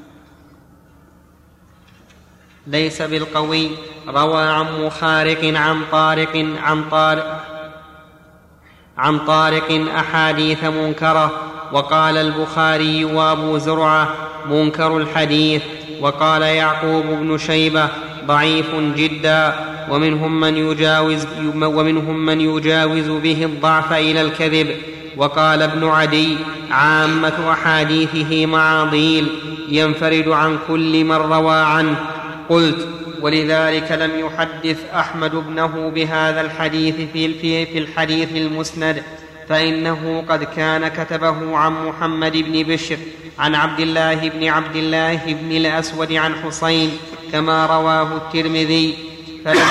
ليس بالقوي. روى عن مخارق عن طارق عن طارق عن طارق أحاديث منكرة. وقال البخاري وأبو زرعة: منكر الحديث. وقال يعقوب بن شيبة: ضعيف جدا، ومنهم من يجاوز ومنهم من يجاوز به الضعف إلى الكذب. وقال ابن عدي: عامة أحاديثه معاضيل، ينفرد عن كل من روى عنه. قلت: ولذلك لم يحدث أحمد ابنه بهذا الحديث في الحديث المسند، فإنه قد كان كتبه عن محمد بن بشر عن عبد الله بن عبد الله بن الأسود عن حسين كما رواه الترمذي، فلم,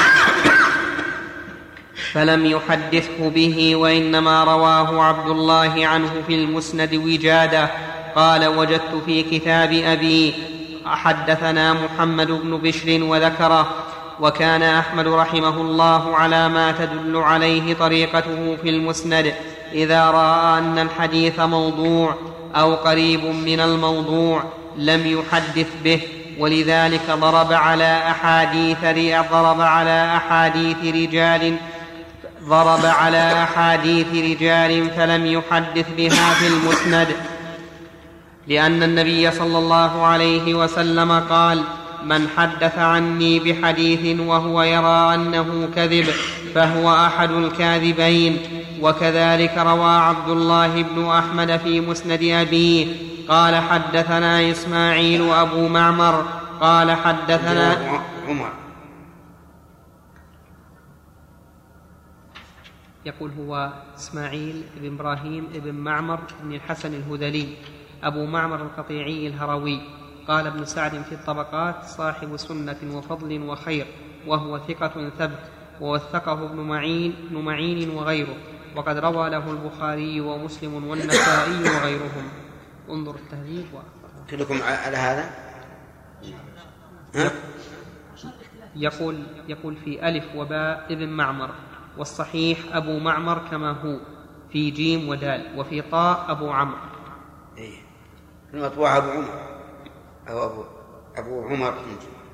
فلم يحدثه به، وإنما رواه عبد الله عنه في المسند وجادة. قال: وجدت في كتاب أبي حدثنا محمد بن بشر وذكره. وكان أحمد رحمه الله على ما تدل عليه طريقته في المسند إذا رأى أن الحديث موضوع أو قريب من الموضوع لم يحدث به، ولذلك ضرب على أحاديث ضرب على أحاديث رجال ضرب على أحاديث رجال فلم يحدث بها في المسند، لأن النبي صلى الله عليه وسلم قال: من حدث عني بحديث وهو يرى أنه كذب فهو أحد الكاذبين. وكذلك روى عبد الله بن أحمد في مسند أبيه قال: حدثنا إسماعيل أبو معمر قال حدثنا عمر. يقول هو إسماعيل بن إبراهيم بن معمر بن الحسن الهذلي أبو معمر القطيعي الهروي. قال ابن سعد في الطبقات: صاحب سنة وفضل وخير، وهو ثقة ثبت، ووثقه ابن معين, ابن معين وغيره، وقد روى له البخاري ومسلم والنسائي وغيرهم. انظر التهذيب. كلكم على هذا؟ يقول, يقول في ألف وباء ابن معمر، والصحيح أبو معمر كما هو في جيم ودال، وفي طاء أبو عمرو. إيه المطبوع أبو عمر أو أبو, أبو عمر.